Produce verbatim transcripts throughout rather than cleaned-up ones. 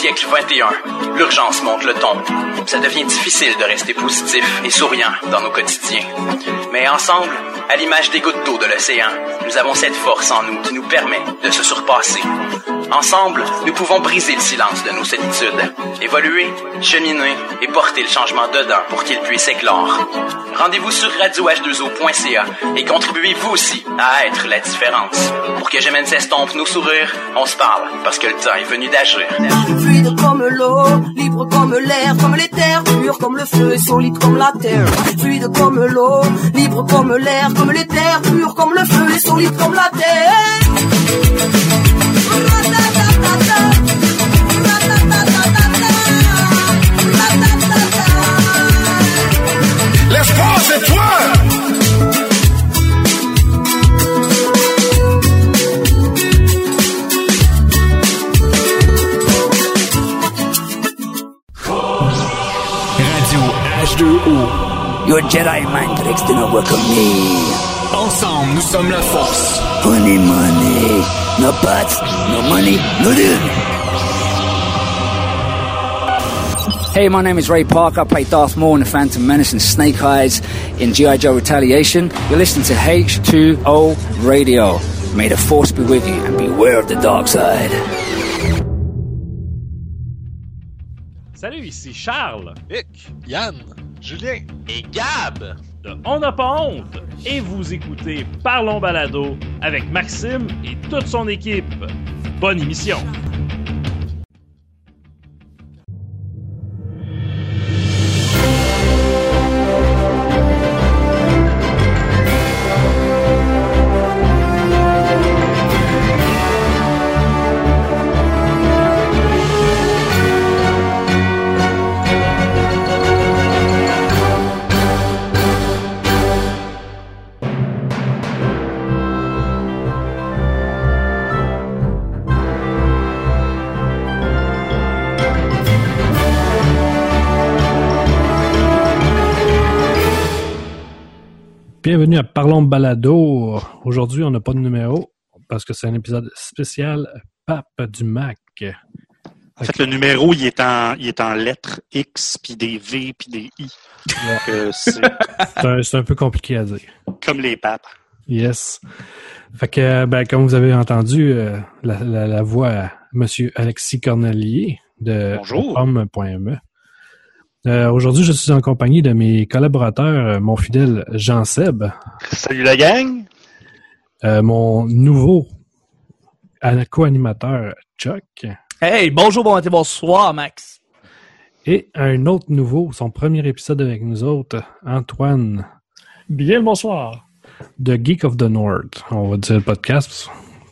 siècle vingt et un, l'urgence monte le ton. Ça devient difficile de rester positif et souriant dans nos quotidiens. Mais ensemble, à l'image des gouttes d'eau de l'océan, nous avons cette force en nous qui nous permet de se surpasser. Ensemble, nous pouvons briser le silence de nos solitudes, évoluer, cheminer et porter le changement dedans pour qu'il puisse éclore. Rendez-vous sur radio h deux o point c a et contribuez vous aussi à être la différence. Pour que jamais ne s'estompe nos sourires, on se parle parce que le temps est venu d'agir. Fluide comme l'eau, libre comme l'air, comme les terres, pur comme le feu et solide comme la terre. Fluide comme l'eau, libre comme l'air, comme les terres, pur comme le feu et solide comme la terre. L'espoir, c'est toi! Radio H deux O. Your Jedi mind tricks do not work on me. Ensemble, nous sommes la force. Honey money. No pots, no money, no deal. Hey, my name is Ray Parker. I play Darth Maul in The Phantom Menace and Snake Eyes in G I. Joe Retaliation. You're listening to H two O Radio. May the Force be with you and beware of the dark side. Salut, ici Charles, Vic, Yann, Julien et Gab de On n'a pas honte. Et vous écoutez Parlons Balado avec Maxime et toute son équipe. Bonne émission. Bienvenue à Parlons Balado. Aujourd'hui, on n'a pas de numéro parce que c'est un épisode spécial Pape du Mac. En fait, le numéro, il est en, il est en lettres X, puis des V, puis des I. Donc, euh, c'est... c'est, un, c'est un peu compliqué à dire. Comme les papes. Yes. Fait que, ben, comme vous avez entendu, euh, la, la, la voix à M. Alexis Cornelier de pomme point m e. Euh, aujourd'hui, je suis en compagnie de mes collaborateurs, euh, mon fidèle Jean-Seb. Salut la gang! Euh, mon nouveau co-animateur Chuck. Hey, bonjour, bon matin, bonsoir, Max. Et un autre nouveau, son premier épisode avec nous autres, Antoine. Bien le bonsoir. De Geek of the North, on va dire le podcast.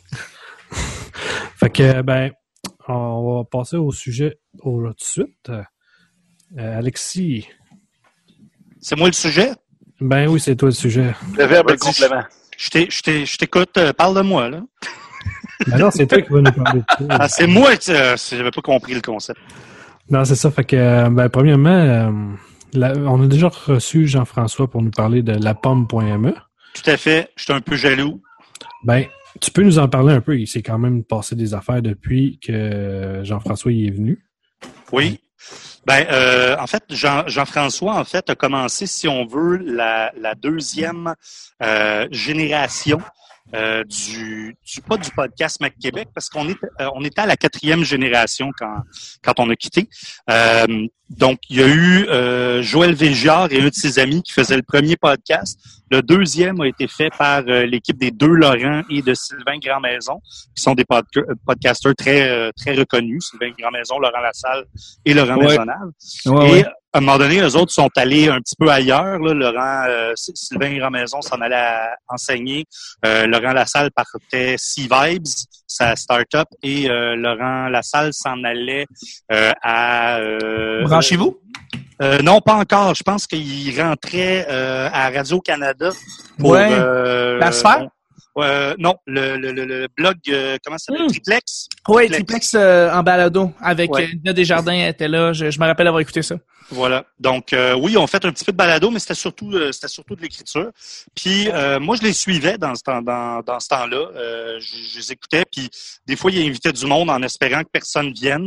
Fait que, ben, on va passer au sujet au, tout de suite. Euh, Alexis. C'est moi le sujet? Ben oui, c'est toi le sujet. Le verbe est complément. Je, t'ai, je, t'ai, je t'écoute, euh, parle de moi, là. Ben non, c'est toi qui vas nous parler de ça. Ah, c'est moi, euh, j'avais pas compris le concept. Non, c'est ça. Fait que, ben, premièrement, euh, la, on a déjà reçu Jean-François pour nous parler de la pomme point m e. Tout à fait. Je suis un peu jaloux. Ben, tu peux nous en parler un peu. Il s'est quand même passé des affaires depuis que Jean-François y est venu. Oui. Ben, euh, en fait, Jean, Jean-François, en fait, a commencé, si on veut, la, la deuxième euh, génération euh, du, du, pas du podcast Mac Québec, parce qu'on est, euh, on était à la quatrième génération quand, quand on a quitté. Euh, donc, il y a eu euh, Joël Végiard et un de ses amis qui faisaient le premier podcast. Le deuxième a été fait par euh, l'équipe des deux Laurent et de Sylvain Grandmaison, qui sont des podca- podcasteurs très euh, très reconnus. Sylvain Grandmaison, Laurent Lassalle et Laurent ouais. Maisonnave. Ouais, et ouais. à un moment donné, eux autres sont allés un petit peu ailleurs. Là. Laurent, euh, Sylvain Grandmaison s'en allait à enseigner. Euh, Laurent Lassalle partait C-Vibes, sa start-up, et euh, Laurent Lassalle s'en allait euh, à... Euh, Branchez-vous? Euh, non, pas encore. Je pense qu'il rentrait euh, à Radio-Canada pour... Ouais. Euh, La sphère? Euh, non, le, le, le, le blog, euh, comment ça s'appelle? Mm. Triplex? Oui, Triplex, Triplex euh, en balado, avec ouais. euh, Desjardins était là. Je, je me rappelle avoir écouté ça. Voilà. Donc, euh, oui, on fait un petit peu de balado, mais c'était surtout euh, c'était surtout de l'écriture. Puis, euh, moi, je les suivais dans ce, temps, dans, dans ce temps-là. Euh, je, je les écoutais, puis des fois, ils invitaient du monde en espérant que personne vienne.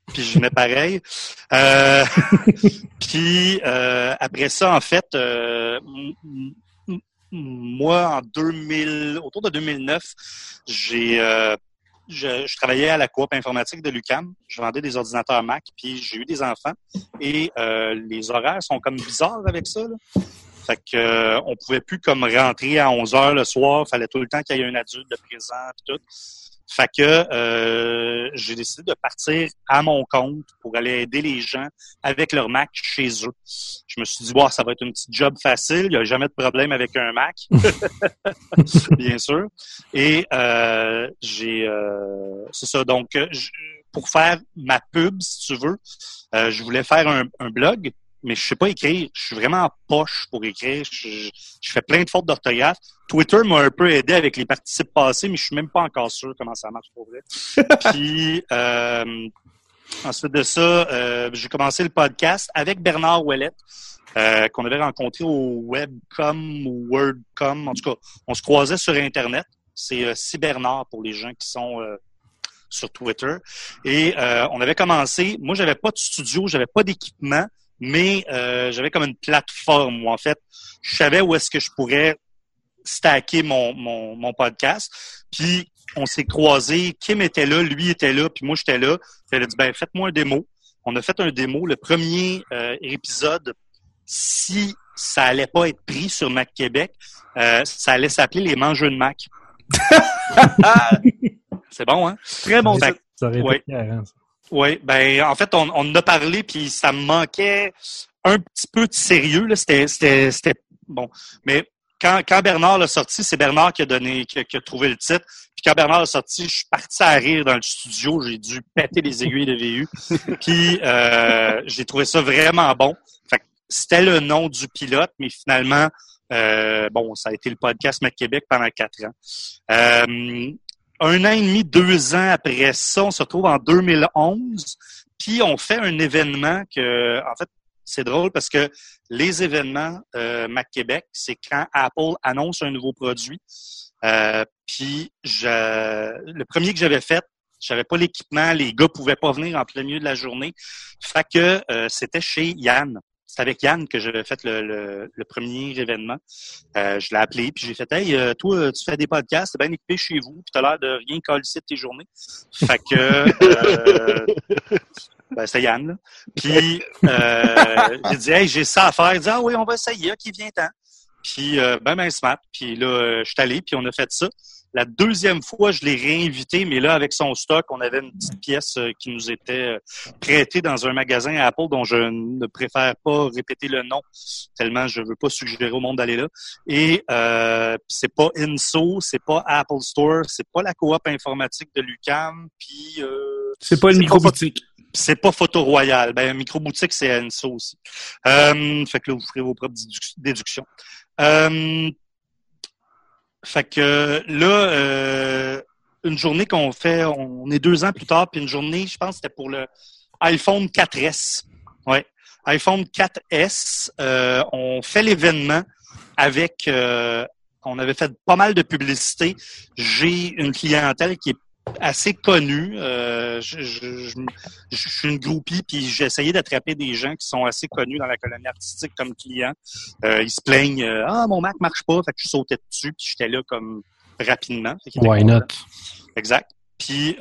puis je venais pareil. Euh, puis euh, après ça, en fait, euh, m- m- moi, en deux mille, autour de deux mille neuf, j'ai, euh, je, je travaillais à la coop informatique de l'U Q A M. Je vendais des ordinateurs Mac, puis j'ai eu des enfants. Et euh, les horaires sont comme bizarres avec ça, là. Fait que euh, on pouvait plus comme rentrer à onze heures le soir. Fallait tout le temps qu'il y ait un adulte de présent et tout. Fait que euh, j'ai décidé de partir à mon compte pour aller aider les gens avec leur Mac chez eux. Je me suis dit, wow, ça va être une petite job facile. Il n'y a jamais de problème avec un Mac. Bien sûr. Et euh, j'ai... Euh, c'est ça. Donc, je, pour faire ma pub, si tu veux, euh, je voulais faire un, un blog. Mais je sais pas écrire. Je suis vraiment en poche pour écrire. Je, je fais plein de fautes d'orthographe. Twitter m'a un peu aidé avec les participes passés, mais je suis même pas encore sûr comment ça marche pour vrai. Puis euh, ensuite de ça, euh, j'ai commencé le podcast avec Bernard Ouellette, euh, qu'on avait rencontré au Webcom ou WordCom. En tout cas, on se croisait sur Internet. C'est euh, Cybernard pour les gens qui sont euh, sur Twitter. Et euh, on avait commencé. Moi, j'avais pas de studio, j'avais pas d'équipement. Mais euh, j'avais comme une plateforme où, en fait, je savais où est-ce que je pourrais stacker mon, mon, mon podcast. Puis, on s'est croisés. Kim était là, lui était là, puis moi, j'étais là. Puis elle a dit, ben faites-moi un démo. On a fait un démo. Le premier euh, épisode, si ça allait pas être pris sur Mac Québec, euh, ça allait s'appeler Les Mangeux de Mac. C'est bon, hein? Très bon. Ça, ça aurait été ouais. clair, ça. Oui, ben en fait, on, on en a parlé, puis ça me manquait un petit peu de sérieux. Là. C'était, c'était, c'était bon. Mais quand, quand Bernard l'a sorti, c'est Bernard qui a donné, qui a, qui a trouvé le titre. Puis quand Bernard l'a sorti, je suis parti à rire dans le studio. J'ai dû péter les aiguilles de V U. Puis euh, j'ai trouvé ça vraiment bon. Fait que c'était le nom du pilote, mais finalement, euh, bon, ça a été le podcast Mac Québec pendant quatre ans. Euh, Un an et demi, deux ans après ça, on se retrouve en deux mille onze, puis on fait un événement que, en fait, c'est drôle parce que les événements euh, Mac Québec, c'est quand Apple annonce un nouveau produit. Euh, puis je, le premier que j'avais fait, j'avais pas l'équipement, les gars pouvaient pas venir en plein milieu de la journée. Fait que euh, c'était chez Yann. C'est avec Yann que j'avais fait le, le, le premier événement. Euh, je l'ai appelé, puis j'ai fait « Hey, euh, toi, tu fais des podcasts, t'es bien équipé chez vous, puis t'as l'air de rien colisser de tes journées. » Fait que... Euh, ben, c'est Yann, là. Puis euh, j'ai dit « Hey, j'ai ça à faire. » Il dit « Ah oui, on va essayer. OK, viens-t'en. » Puis ben, ben, smart. Puis là, je suis allé, puis on a fait ça. La deuxième fois, je l'ai réinvité, mais là, avec son stock, on avait une petite pièce qui nous était prêtée dans un magasin Apple dont je ne préfère pas répéter le nom, tellement je veux pas suggérer au monde d'aller là. Et euh, c'est pas Inso, c'est pas Apple Store, c'est pas la coop informatique de l'U Q A M, puis... Euh, c'est pas une micro-boutique. C'est pas Photo Royal. Ben, micro-boutique, c'est Inso aussi. Euh, fait que là, vous ferez vos propres déductions. Euh, Fait que là, euh, une journée qu'on fait, on est deux ans plus tard, puis une journée, je pense que c'était pour le iPhone quatre S. Ouais, iPhone quatre S. Euh, on fait l'événement avec, euh, on avait fait pas mal de publicité. J'ai une clientèle qui est assez connue. Euh, je, je, je, je suis une groupie, puis j'ai essayé d'attraper des gens qui sont assez connus dans la colonie artistique comme clients. Euh, ils se plaignent euh, « Ah, mon Mac marche pas », fait que je sautais dessus, puis j'étais là comme rapidement. Why not? Exact. Puis,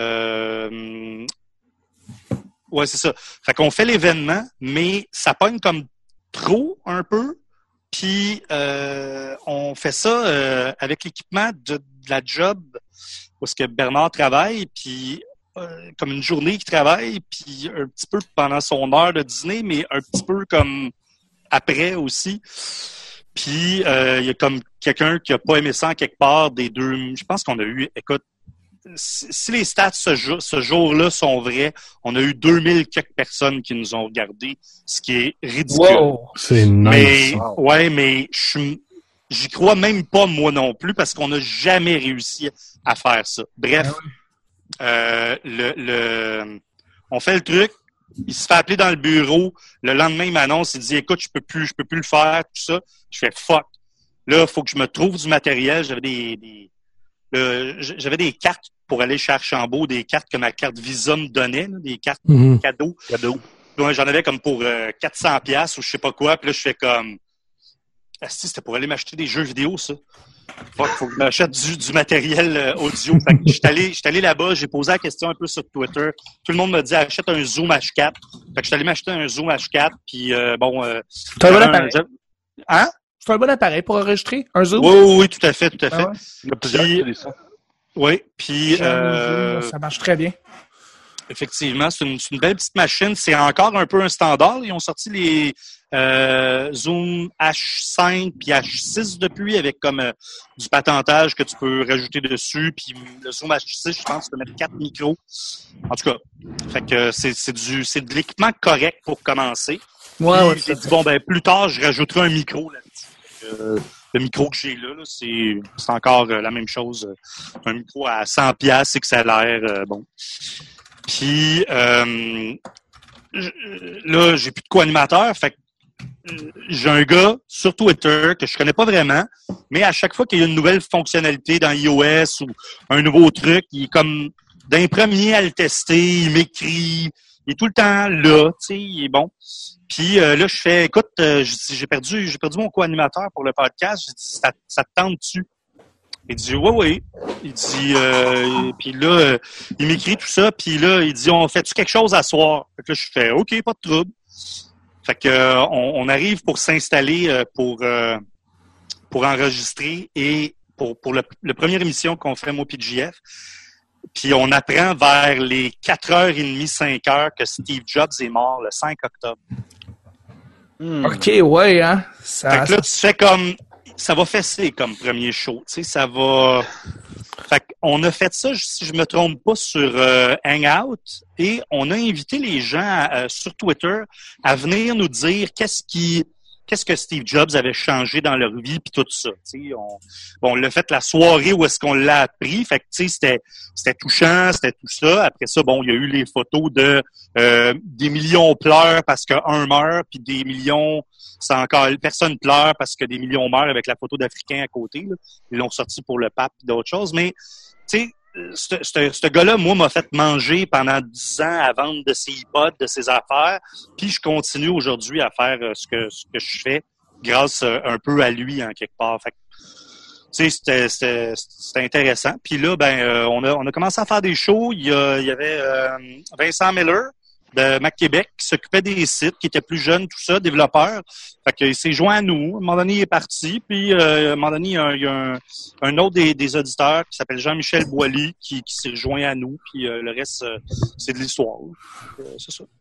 euh, ouais, c'est ça. Fait qu'on fait l'événement, mais ça pogne comme trop un peu. Puis, euh, on fait ça euh, avec l'équipement de, de la job où est-ce que Bernard travaille, puis euh, comme une journée qu'il travaille, puis un petit peu pendant son heure de dîner, mais un petit peu comme après aussi. Puis, euh, il y a comme quelqu'un qui a pas aimé ça en quelque part des deux... Je pense qu'on a eu... Écoute, si, si les stats ce, jour, ce jour-là sont vrais, on a eu deux mille quelques personnes qui nous ont regardés, ce qui est ridicule. Wow, c'est nice. Mais, wow. Ouais, mais je suis... J'y crois même pas, moi non plus, parce qu'on n'a jamais réussi à faire ça. Bref, ah oui. euh, le, le, on fait le truc, il se fait appeler dans le bureau, le lendemain, il m'annonce, il dit « Écoute, je peux plus, je peux plus le faire, tout ça. » Je fais « Fuck. » Là, il faut que je me trouve du matériel. J'avais des, des, le, j'avais des cartes pour aller chez Archambault, des cartes que ma carte Visa me donnait, là, des cartes mm-hmm. cadeaux. cadeaux. Donc, j'en avais comme pour euh, quatre cents piastres ou je sais pas quoi. Puis là, je fais comme... Ah, si, c'était pour aller m'acheter des jeux vidéo, ça. Faut, faut que je m'achète du, du matériel euh, audio. Fait que j'étais allé, j'étais allé là-bas, j'ai posé la question un peu sur Twitter. Tout le monde m'a dit, achète un Zoom H quatre. Fait que j'étais allé m'acheter un Zoom H quatre. Puis euh, bon... Euh, c'est un bon appareil. Hein? C'est un bon appareil pour enregistrer un Zoom? Oui, oui, oui, tout à fait, tout à fait. Ah ouais. Il y a plusieurs qui utilisent ça. Oui, puis... Euh, ça marche très bien. Effectivement, c'est une, c'est une belle petite machine. C'est encore un peu un standard. Ils ont sorti les euh, Zoom H cinq puis H six depuis avec comme euh, du patentage que tu peux rajouter dessus. Puis le Zoom H six, je pense, tu peux mettre quatre micros. En tout cas, fait que c'est, c'est du c'est de l'équipement correct pour commencer. Ouais, ouais, j'ai dit, bon, ben plus tard, je rajouterai un micro là-dessus. Euh, le micro que j'ai là, là c'est, c'est encore euh, la même chose. Un micro à cent piastres, c'est que ça a l'air euh, bon. Puis euh, là, j'ai plus de co-animateur, fait que j'ai un gars sur Twitter que je connais pas vraiment, mais à chaque fois qu'il y a une nouvelle fonctionnalité dans iOS ou un nouveau truc, il est comme d'un premier à le tester, il m'écrit, il est tout le temps là, tu sais, il est bon. Puis euh, là, je fais, écoute, euh, j'ai perdu, j'ai perdu mon co-animateur pour le podcast. J'ai dit, ça, ça te tente-tu? Il dit, oui, oui. Il dit, euh, puis là, euh, il m'écrit tout ça, puis là, il dit, on fait-tu quelque chose à soir? Fait que là, je fais, OK, pas de trouble. Fait que euh, on, on arrive pour s'installer euh, pour euh, pour enregistrer et pour pour le, le première émission qu'on fait moi P G F. Puis on apprend vers les quatre heures trente, cinq heures que Steve Jobs est mort le cinq octobre. Hmm. OK, ouais, hein. Ça, fait que là, tu fais comme... Ça va fesser comme premier show, tu sais, ça va... Fait qu'on a fait ça, si je me trompe pas, sur euh, Hangout, et on a invité les gens euh, sur Twitter à venir nous dire qu'est-ce qui... Qu'est-ce que Steve Jobs avait changé dans leur vie, puis tout ça. Tu sais, on, bon, on l'a fait la soirée où est-ce qu'on l'a appris. Fait que tu sais, c'était, c'était touchant, c'était tout ça. Après ça, bon, il y a eu les photos de euh, des millions pleurent parce qu'un meurt, puis des millions, c'est encore personne pleure parce que des millions meurent avec la photo d'Africains à côté. Là. Ils l'ont sorti pour le pape et d'autres choses. Mais tu sais, ce, ce, ce gars-là, moi, m'a fait manger pendant dix ans à vendre de ses iPods, de ses affaires. Puis je continue aujourd'hui à faire ce que ce que je fais grâce un peu à lui en quelque part. Fait que, tu sais, c'était, c'était, c'était intéressant. Puis là, ben, euh, on a on a commencé à faire des shows. Il y, a, il y avait euh, Vincent Miller de Mac Québec qui s'occupait des sites, qui était plus jeune, tout ça, développeur. Fait qu'il s'est joint à nous. À un moment donné, il est parti. Puis, euh, à un moment donné, il y a un, il y a un, un autre des, des auditeurs qui s'appelle Jean-Michel Boilly qui, qui s'est joint à nous. Puis, euh, le reste, euh, c'est de l'histoire. Euh, c'est ça.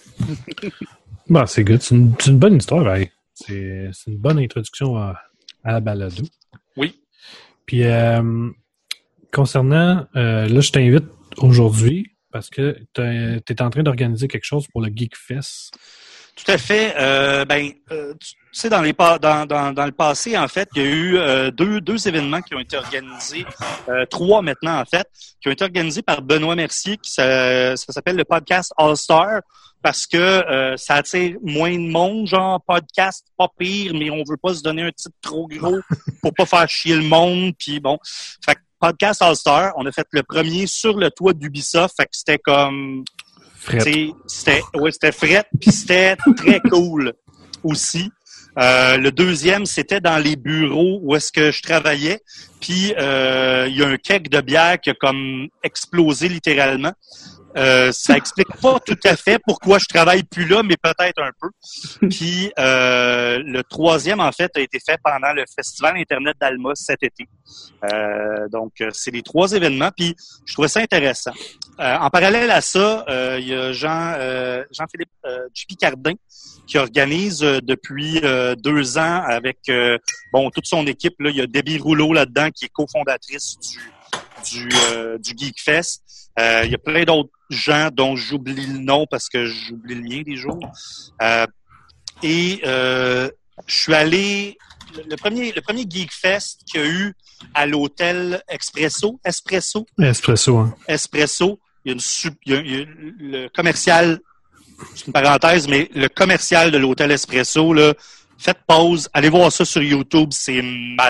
Bon, c'est good. C'est une, c'est une bonne histoire, ouais. C'est, c'est une bonne introduction à, à la balado. Oui. Puis, euh, concernant... Euh, là, je t'invite aujourd'hui parce que tu es en train d'organiser quelque chose pour le Geek Fest. Tout à fait. Euh, ben, euh, tu sais, dans, les dans, dans, dans le passé, en fait, il y a eu euh, deux, deux événements qui ont été organisés, euh, trois maintenant, en fait, qui ont été organisés par Benoît Mercier, qui ça, ça s'appelle le podcast All-Star, parce que euh, ça attire moins de monde, genre podcast, pas pire, mais on veut pas se donner un titre trop gros pour pas faire chier le monde, puis bon. Fait que Podcast All-Star, on a fait le premier sur le toit d'Ubisoft, fait que c'était comme... C'était, ouais, c'était fret, puis c'était très cool aussi. Euh, le deuxième, c'était dans les bureaux où est-ce que je travaillais, puis euh, il y a un keg de bière qui a comme explosé littéralement. Euh, ça explique pas tout à fait pourquoi je travaille plus là, mais peut-être un peu. Puis euh, le troisième, en fait, a été fait pendant le Festival Internet d'Alma cet été. Euh, donc, c'est les trois événements, puis je trouvais ça intéressant. Euh, en parallèle à ça, euh, il y a Jean, euh, Jean-Philippe euh, J P Cardin qui organise euh, depuis euh, deux ans avec euh, bon toute son équipe. Là, il y a Debbie Rouleau là-dedans qui est cofondatrice du du, euh, du Geek Fest. Euh, il y a plein d'autres gens dont j'oublie le nom parce que j'oublie le mien des jours. Euh, et euh, je suis allé... Le premier, le premier Geek Fest qu'il y a eu à l'hôtel Expresso, Espresso. Espresso, hein. Espresso. Il y a une, il y a, il y a le commercial, c'est une parenthèse, mais le commercial de l'hôtel Espresso, là, faites pause, allez voir ça sur YouTube, c'est malade.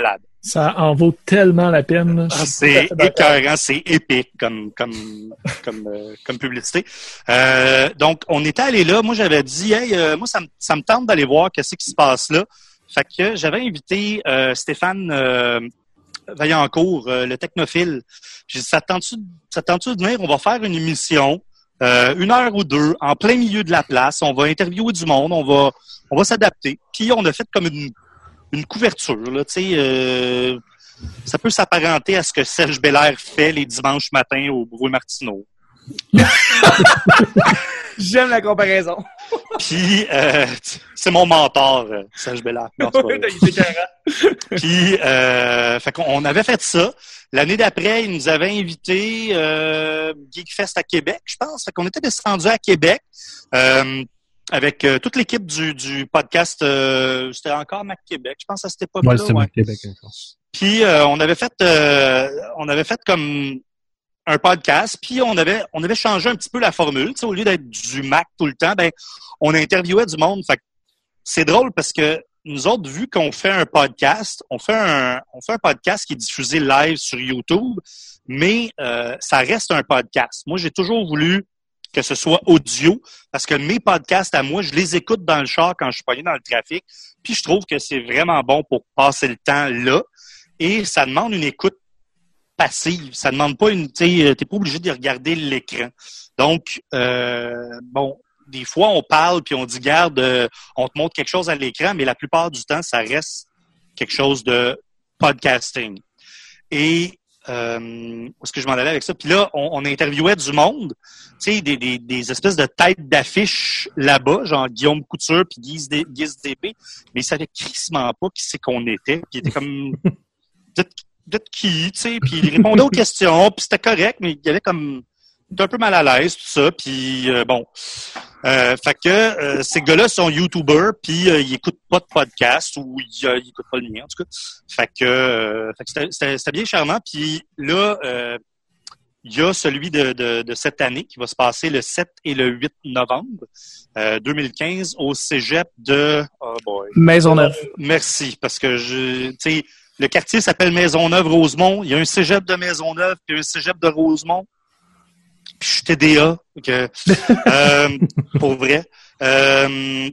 Ça en vaut tellement la peine. Ah, c'est écœurant, c'est épique comme comme comme euh, comme publicité. Euh, donc, on était allé là. Moi, j'avais dit, hey, euh, moi, ça me ça me tente d'aller voir qu'est-ce qui se passe là. Fait que j'avais invité euh, Stéphane euh, Vaillancourt, euh, le technophile. J'ai dit, ça te tente-tu, ça te tente-tu de venir? On va faire une émission, euh, une heure ou deux, en plein milieu de la place. On va interviewer du monde. On va on va s'adapter. Puis on a fait comme une une couverture, là, tu sais, euh, ça peut s'apparenter à ce que Serge Belair fait les dimanches matins au Bourreau-Martineau. J'aime la comparaison. Puis, euh, c'est mon mentor, euh, Serge Belair. Non, c'est pas vrai. Puis, euh, fait qu'on avait fait ça. L'année d'après, il nous avait invités euh, Geekfest à Québec, je pense. Fait qu'on était descendu à Québec. Euh, avec euh, toute l'équipe du, du podcast, euh, c'était encore Mac Québec, je pense à cette époque-là. Ouais, c'était ouais. Mac Québec encore. Puis euh, on avait fait, euh, on avait fait comme un podcast, puis on avait, on avait changé un petit peu la formule. Tu sais, au lieu d'être du Mac tout le temps, ben on interviewait du monde. Fait que c'est drôle parce que nous autres, vu qu'on fait un podcast, on fait un, on fait un podcast qui est diffusé live sur YouTube, mais euh, ça reste un podcast. Moi, j'ai toujours voulu que ce soit audio, parce que mes podcasts à moi, je les écoute dans le char quand je suis pogné dans le trafic, puis je trouve que c'est vraiment bon pour passer le temps là, et ça demande une écoute passive, ça demande pas une, tu sais, t'es pas obligé de regarder l'écran. Donc, euh, bon, des fois, on parle, puis on dit, garde, euh, on te montre quelque chose à l'écran, mais la plupart du temps, ça reste quelque chose de podcasting. Et Euh, où est-ce que je m'en allais avec ça? Puis là, on, on interviewait du monde, tu sais, des, des, des espèces de têtes d'affiche là-bas, genre Guillaume Couture puis Guise D P, mais ils savaient crissement pas qui c'est qu'on était. Puis ils étaient comme, d'être qui, tu sais, puis ils répondaient aux questions, puis c'était correct, mais il y avait comme, il était un peu mal à l'aise, tout ça, puis euh, bon. Euh, fait que euh, ces gars-là sont YouTubers, puis euh, ils écoutent pas de podcast ou ils, euh, ils écoutent pas le mien, en tout cas. Fait que, euh, fait que c'était, c'était, c'était bien charmant. Puis là, euh, il y a celui de, de, de cette année qui va se passer le sept et le huit novembre euh, deux mille quinze au cégep de oh boy. Maisonneuve. Merci, parce que je, tu sais, le quartier s'appelle Maisonneuve-Rosemont. Il y a un cégep de Maisonneuve puis un cégep de Rosemont. Puis je suis T D A, que, euh, pour vrai. Euh,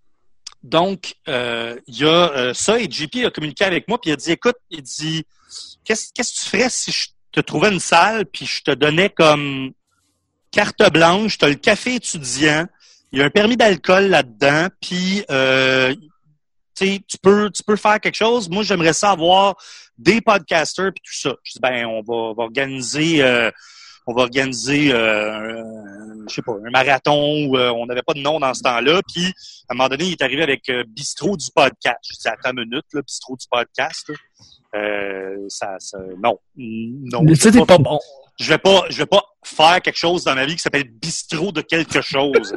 donc, euh, il y a euh, ça, et J P a communiqué avec moi, puis il a dit, écoute, il dit, qu'est-ce, qu'est-ce que tu ferais si je te trouvais une salle, puis je te donnais comme carte blanche, tu as le café étudiant, il y a un permis d'alcool là-dedans, puis euh, tu peux, tu peux faire quelque chose. Moi, j'aimerais ça avoir des podcasters, puis tout ça. Je dis, ben, on va, on va organiser... Euh, on va organiser, euh, un, je sais pas, un marathon où euh, on n'avait pas de nom dans ce temps-là. Puis, à un moment donné, il est arrivé avec euh, Bistrot du podcast. Je dis, attends une minute, là, Bistrot du podcast, là. Euh, ça, ça, non. Non. Mais tu sais, t'es pas bon. Je vais pas, je vais pas faire quelque chose dans ma vie qui s'appelle Bistrot de quelque chose.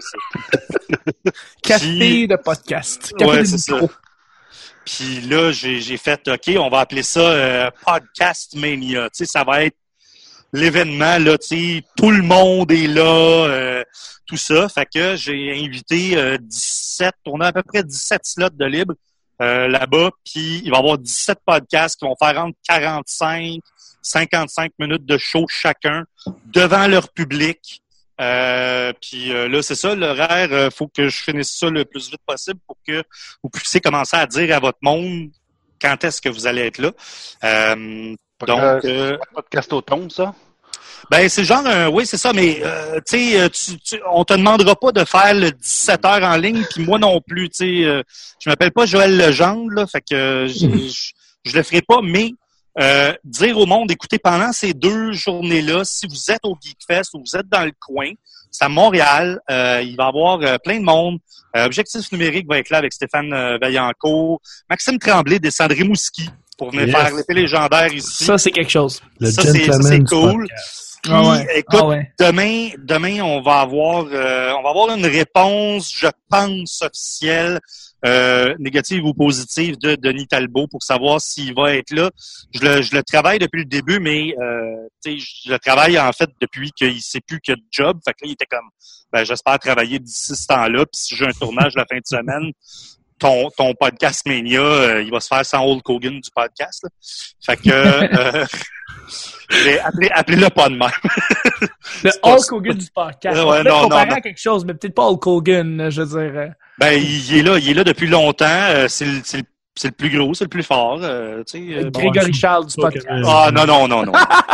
Café Puis, de podcast. Café ouais, de c'est bistrot. ça. Puis là, j'ai, j'ai fait, OK, on va appeler ça euh, Podcast Mania. Tu sais, ça va être l'événement, là, tu sais, tout le monde est là, euh, tout ça. Fait que j'ai invité euh, dix-sept, on a à peu près dix-sept slots de libre euh, là-bas, puis il va y avoir dix-sept podcasts qui vont faire entre quarante-cinq, cinquante-cinq minutes de show chacun devant leur public. Euh, puis euh, là, c'est ça, l'horaire, euh, faut que je finisse ça le plus vite possible pour que vous puissiez commencer à dire à votre monde quand est-ce que vous allez être là. Euh, Donc, euh, c'est pas un podcast automne, ça? Ben, c'est genre un, oui, c'est ça, mais, euh, tu sais, tu, tu, on te demandera pas de faire le dix-sept heures en ligne, puis moi non plus, tu sais, euh, je m'appelle pas Joël Legendre, là, fait que euh, je, je le ferai pas, mais euh, dire au monde, écoutez, pendant ces deux journées-là, si vous êtes au Geekfest ou vous êtes dans le coin, c'est à Montréal, euh, il va y avoir euh, plein de monde. Euh, Objectif numérique va être là avec Stéphane euh, Vaillancourt, Maxime Tremblay des Cendré-Mouski pour venir yes. faire l'épée légendaire ici. Ça, c'est quelque chose. Le ça, c'est, ça, c'est cool. Puis, ah ouais. écoute, ah ouais. demain, demain, on va avoir, euh, on va avoir une réponse, je pense, officielle, euh, négative ou positive de Denis Talbot pour savoir s'il va être là. Je le, je le travaille depuis le début, mais euh, tu sais, je le travaille en fait depuis qu'il sait plus qu'il y a de job. Fait que là, il était comme, ben, j'espère travailler d'ici ce temps-là. Puis si j'ai un tournage la fin de semaine, ton, ton podcast Mania, euh, il va se faire sans Hulk Hogan du podcast. Là. Fait que euh, appelez, appelez-le pas de même. Le Hulk Hogan du podcast. Ouais, On peut non, comparer non, non. à quelque chose, mais peut-être pas Hulk Hogan, je veux dire. Ben, il est là, il est là depuis longtemps. Euh, c'est, le, c'est, le, c'est le plus gros, c'est le plus fort. Euh, tu sais, euh, Grégory bon, Charles du podcast. Ah non, non, non, non.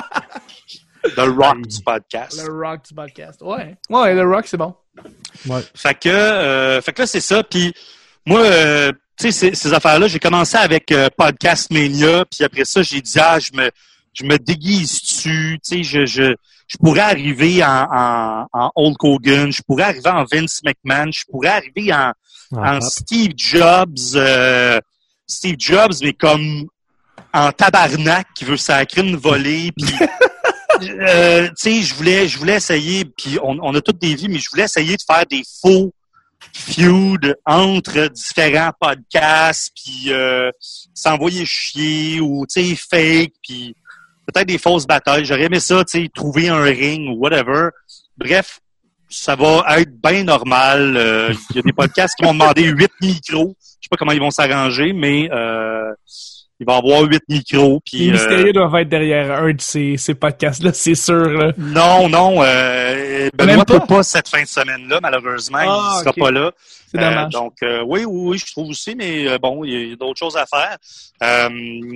The Rock du podcast. Le Rock du podcast. Ouais. Ouais, le Rock, c'est bon. Ouais. Fait que, euh, fait que là, c'est ça. Puis moi, euh, tu sais, ces, ces affaires-là, j'ai commencé avec euh, Podcast Mania. Puis après ça, j'ai dit, ah, je me, je me déguise dessus. Tu sais, je, je, je pourrais arriver en, en, en Hulk Hogan. Je pourrais arriver en Vince McMahon. Je pourrais arriver en, Ah, en Steve Jobs. Euh, Steve Jobs, mais comme en tabarnak qui veut sacrer une volée. Puis... Euh, tu sais, je voulais, je voulais essayer, puis on, on a toutes des vies, mais je voulais essayer de faire des faux feuds entre différents podcasts, puis euh, s'envoyer chier ou tu sais fake, puis peut-être des fausses batailles. J'aurais aimé ça, tu sais, trouver un ring ou whatever. Bref, ça va être bien normal. Euh, il y a des podcasts qui m'ont demandé huit micros. Je sais pas comment ils vont s'arranger, mais euh, il va y avoir huit micros. Puis, les mystérieux euh, doivent être derrière un de ces, ces podcasts-là, c'est sûr. Là. Non, non. Euh, Benoît peut pas cette fin de semaine-là, malheureusement. Ah, il sera okay. pas là. C'est dommage. Euh, donc, euh, oui, oui, oui, je trouve aussi, mais euh, bon, il y a, a d'autres choses à faire. Euh,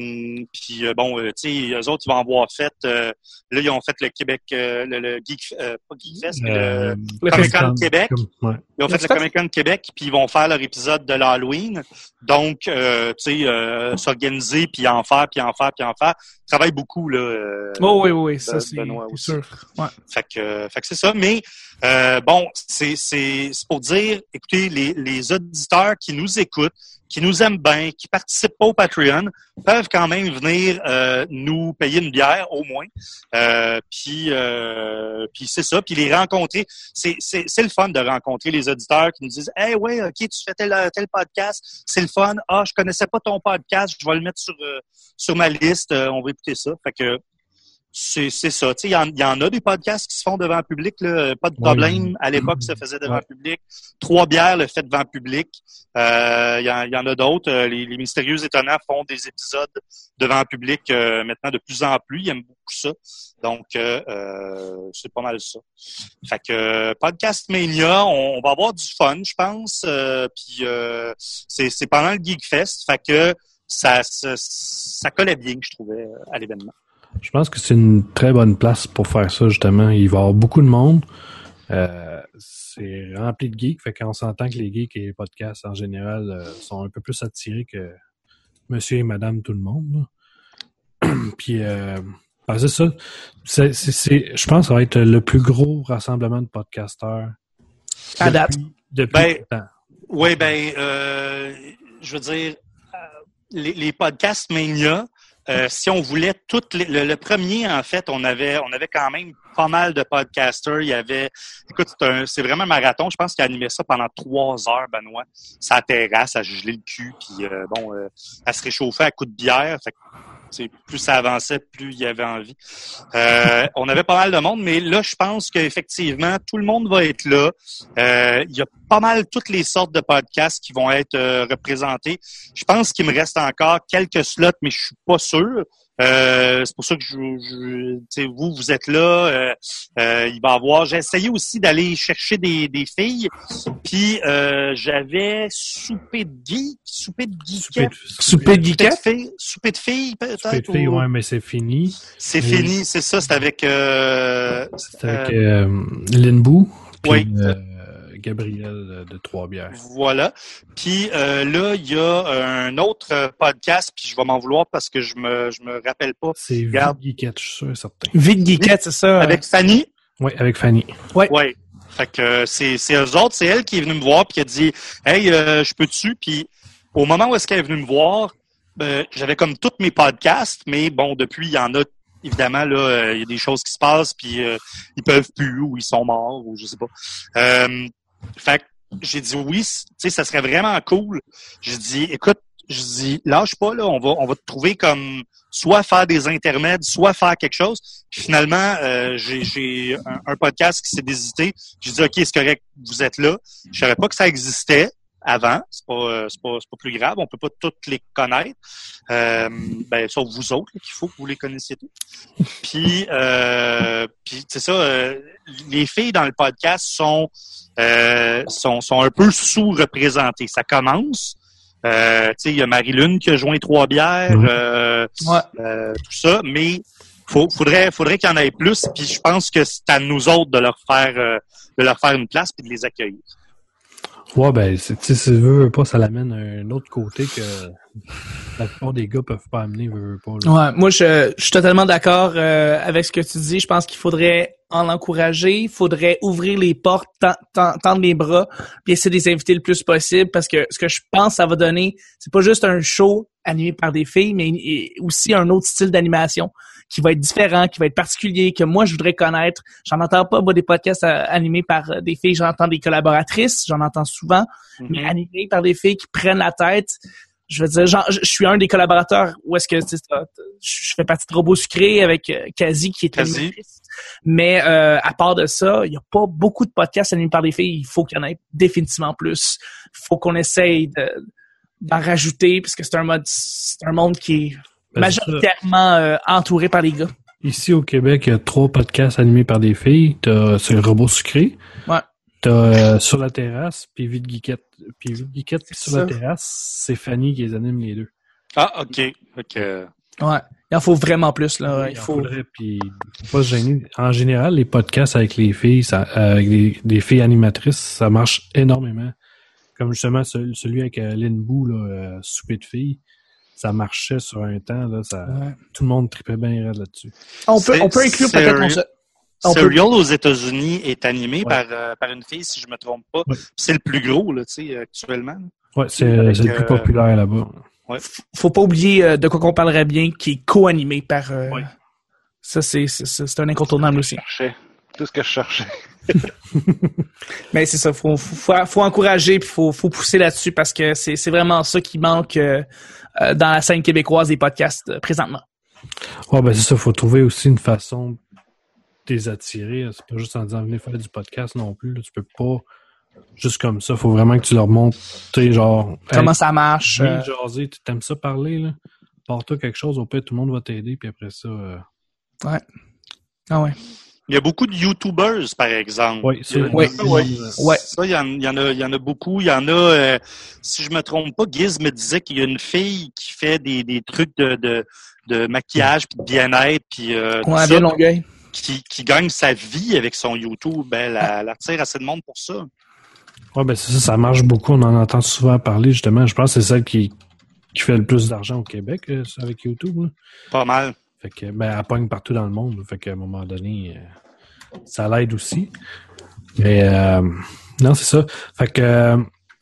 puis, euh, bon, euh, tu sais, eux autres, ils vont avoir fait... Euh, là, ils ont fait le Québec... Euh, le, le Geek... Euh, pas Geek Fest, mais Euh, le, le Comic-Con Québec. Ouais. Ils ont fait le Comic-Con Québec, puis ils vont faire leur épisode de l'Halloween. Donc, euh, tu sais, euh, s'organiser, puis en faire, puis en faire, puis en faire. Ils travaillent beaucoup, là. Euh, oh oui, oui, oui, ça, c'est, Benoît c'est aussi. sûr. Ouais. Fait que, euh, fait que c'est ça. Mais euh, bon, c'est, c'est, c'est pour dire, écoutez, les, les auditeurs qui nous écoutent, qui nous aiment bien, qui participent pas au Patreon, peuvent quand même venir euh, nous payer une bière au moins. Euh, puis, euh, puis c'est ça. Puis les rencontrer, c'est, c'est, c'est le fun de rencontrer les auditeurs qui nous disent, hey ouais, ok, tu fais tel tel podcast, c'est le fun. Ah, je connaissais pas ton podcast, je vais le mettre sur euh, sur ma liste. Euh, on va écouter ça. Fait que C'est, c'est ça. Tu sais, il y, en, y en a des podcasts qui se font devant le public, là. Pas de problème. Oui. À l'époque, ça faisait devant Ouais. le public. Trois bières le fait devant le public. Euh, il y, en, y en a d'autres. Les, les Mystérieux Étonnants font des épisodes devant le public euh, maintenant de plus en plus. Ils aiment beaucoup ça. Donc, euh, euh, c'est pas mal ça. Fait que euh, Podcast Mania, on, on va avoir du fun, je pense. Euh, Puis euh, c'est, c'est pendant le Geek Fest. Fait que ça, ça, ça collait bien, je trouvais, à l'événement. Je pense que c'est une très bonne place pour faire ça, justement. Il va y avoir beaucoup de monde. Euh, c'est rempli de geeks, fait qu'on s'entend que les geeks et les podcasts, en général, euh, sont un peu plus attirés que monsieur et madame tout le monde. Là. Puis, euh, ben, c'est ça. C'est, c'est, c'est, je pense que ça va être le plus gros rassemblement de podcasteurs À date. depuis Ben, longtemps. Oui, ben, euh, je veux dire, euh, les, les podcasts Mania, euh, si on voulait toutes les, le, le premier, en fait, on avait, on avait quand même pas mal de podcasters. Il y avait, écoute, c'est, un, c'est vraiment un marathon. Je pense qu'il a animé ça pendant trois heures, Benoît. Sa terrasse, à geler le cul, puis euh, bon, euh, à se réchauffer à coups de bière. Fait que, c'est, plus ça avançait, plus il y avait envie. Euh, on avait pas mal de monde, mais là, je pense qu'effectivement, tout le monde va être là. Euh, il y a pas mal toutes les sortes de podcasts qui vont être euh, représentés. Je pense qu'il me reste encore quelques slots, mais je suis pas sûr. Euh, c'est pour ça que je, je tu sais, vous, vous êtes là. Euh, euh, il va y avoir. J'ai essayé aussi d'aller chercher des, des filles. Puis euh, j'avais souper de geek, souper de geekette, Souper de geekette? souper de filles, souper de filles peut-être. Souper de filles, ou... ouais, mais c'est fini. C'est Mais- fini, c'est ça. C'est avec. Euh, C'est avec euh, Lynn Bou, puis oui. euh, Gabriel de Trois-Bières. Voilà. Puis euh, là, il y a un autre euh, podcast, puis je vais m'en vouloir parce que je me je me rappelle pas. C'est Regarde. Vite Geekette, je suis sûr, certain. Vite Geekette, c'est ça. Avec Fanny. Oui, avec Fanny. Ouais. Ouais. Fait que euh, c'est c'est eux autres, c'est elle qui est venue me voir puis qui a dit hey, euh, je peux-tu? Puis au moment où est-ce qu'elle est venue me voir, ben, j'avais comme tous mes podcasts, mais bon, depuis il y en a évidemment là, euh, il y a des choses qui se passent puis euh, ils peuvent plus ou ils sont morts ou je sais pas. Euh, fait que j'ai dit oui, tu sais, ça serait vraiment cool. J'ai dit écoute, je dis lâche pas là, on va on va te trouver comme soit faire des intermèdes, soit faire quelque chose. Puis finalement, euh, j'ai, j'ai un, un podcast qui s'est désisté. J'ai dit, OK, c'est correct, vous êtes là. Je savais pas que ça existait. avant. C'est pas, euh, c'est pas, c'est pas plus grave. On peut pas toutes les connaître. Euh, ben, sauf vous autres, là, qu'il faut que vous les connaissiez tous. Puis, euh, puis c'est ça, euh, les filles dans le podcast sont, euh, sont, sont un peu sous-représentées. Ça commence. Euh, tu sais, il y a Marie-Lune qui a joint Trois-Bières, euh, ouais. euh, tout ça, mais faut, faudrait, faudrait qu'il y en ait plus. Puis je pense que c'est à nous autres de leur faire, euh, de leur faire une place puis de les accueillir. Ouais, ben, tu sais, si tu veux pas, ça l'amène à un autre côté que la plupart des gars peuvent pas amener, veut, veut pas. Là. Ouais, moi, je, je suis totalement d'accord euh, avec ce que tu dis. Je pense qu'il faudrait en encourager, il faudrait ouvrir les portes, tendre les bras, puis essayer de les inviter le plus possible, parce que ce que je pense que ça va donner, c'est pas juste un show animé par des filles, mais aussi un autre style d'animation qui va être différent, qui va être particulier, que moi, je voudrais connaître. J'en entends pas, moi, des podcasts animés par des filles. J'en entends des collaboratrices, j'en entends souvent, mm-hmm. mais animés par des filles qui prennent la tête. Je veux dire, genre, je suis un des collaborateurs où est-ce que, tu sais, je fais partie de Robot Sucré avec Kazi, qui est animatrice. Mais euh, à part de ça, il y a pas beaucoup de podcasts animés par des filles. Il faut qu'il y en ait définitivement plus. Il faut qu'on essaye de, d'en rajouter, parce que c'est un mode, c'est un monde qui est ben, majoritairement euh, entouré par les gars. Ici au Québec, il y a trois podcasts animés par des filles. T'as c'est le Robot Sucré. Ouais. T'as euh, Sur la terrasse, puis Vite Geekette. Puis Vite Geekette, puis Sur ça. la terrasse, c'est Fanny qui les anime les deux. Ah, OK. OK. Ouais. Il en faut vraiment plus, là. Oui, il il faut. Faudrait, puis faut pas se gêner. En général, les podcasts avec les filles, ça, euh, avec des, des filles animatrices, ça marche énormément. Comme justement celui avec euh, Lynn Bou, là, euh, Souper de filles. Ça marchait sur un temps, là, ça, ouais. Tout le monde tripait bien raide là-dessus. On peut, on peut inclure peut-être on se... Serial peut... aux États-Unis est animé ouais. par, euh, par une fille, si je me trompe pas. Ouais. C'est le plus gros, là, tu sais, actuellement. Ouais, c'est, avec, c'est le plus populaire là-bas. Ouais. Faut pas oublier euh, de quoi qu'on parlerait bien, qui est co-animé par... Euh... Ouais. Ça, c'est, c'est, c'est un incontournable aussi. Tout ce que je cherchais. Mais c'est ça, faut, faut, faut encourager, puis faut, faut pousser là-dessus, parce que c'est, c'est vraiment ça qui manque euh, euh, dans la scène québécoise des podcasts euh, présentement. Ouais, ben c'est ça, faut trouver aussi une façon de les attirer. C'est pas juste en disant venez faire du podcast non plus. Là. Tu peux pas juste comme ça. Faut vraiment que tu leur montres, tu sais, genre. Comment hey, ça marche. Euh... jaser, tu t'aimes ça parler, là. Porte-toi quelque chose, au pire, tout le monde va t'aider, puis après ça. Euh... Ouais. Ah ouais. Il y a beaucoup de YouTubers, par exemple. Oui, c'est oui. Ouais. ouais. Ça, il y, en, il, y en a, il y en a beaucoup. Il y en a, euh, si je me trompe pas, Giz me disait qu'il y a une fille qui fait des, des trucs de, de, de maquillage puis de bien-être. Puis, euh, ouais, bien Longueuil. Qui, qui gagne sa vie avec son YouTube. Ben, elle, elle attire assez de monde pour ça. Oui, ben c'est ça, ça marche beaucoup. On en entend souvent parler, justement. Je pense que c'est celle qui, qui fait le plus d'argent au Québec, euh, avec YouTube. Là. Pas mal. Fait que, ben, elle pogne partout dans le monde. Fait qu'à un moment donné, euh, ça l'aide aussi. Mais, euh, non, c'est ça. Fait que, euh,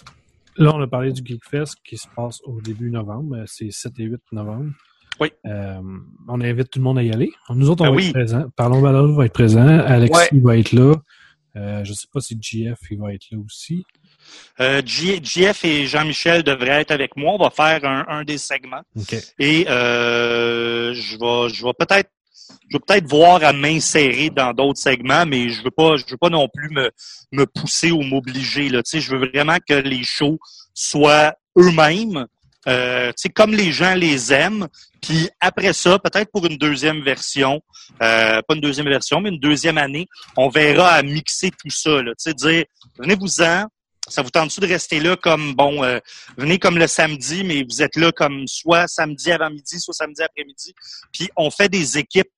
là, on a parlé du Geekfest qui se passe au début novembre. C'est sept et huit novembre. Oui. Euh, on invite tout le monde à y aller. Nous autres, on ben va oui. être présents. Parlons Balado va être présent. Alexis ouais. va être là. Euh, je sais pas si J F il va être là aussi. Euh, J F et Jean-Michel devraient être avec moi. On va faire un, un des segments. Okay. Et euh, je vais, je vais peut-être, je vais peut-être voir à m'insérer dans d'autres segments, mais je veux pas, je veux pas non plus me, me pousser ou m'obliger. Là, tu sais, je veux vraiment que les shows soient eux-mêmes, euh, tu sais, comme les gens les aiment. Puis après ça, peut-être pour une deuxième version, euh, pas une deuxième version, mais une deuxième année, on verra à mixer tout ça. Tu sais, dire, venez-vous-en. Ça vous tente-tu de rester là comme, bon, euh, venez comme le samedi, mais vous êtes là comme soit samedi avant-midi, soit samedi après-midi. Puis on fait des équipes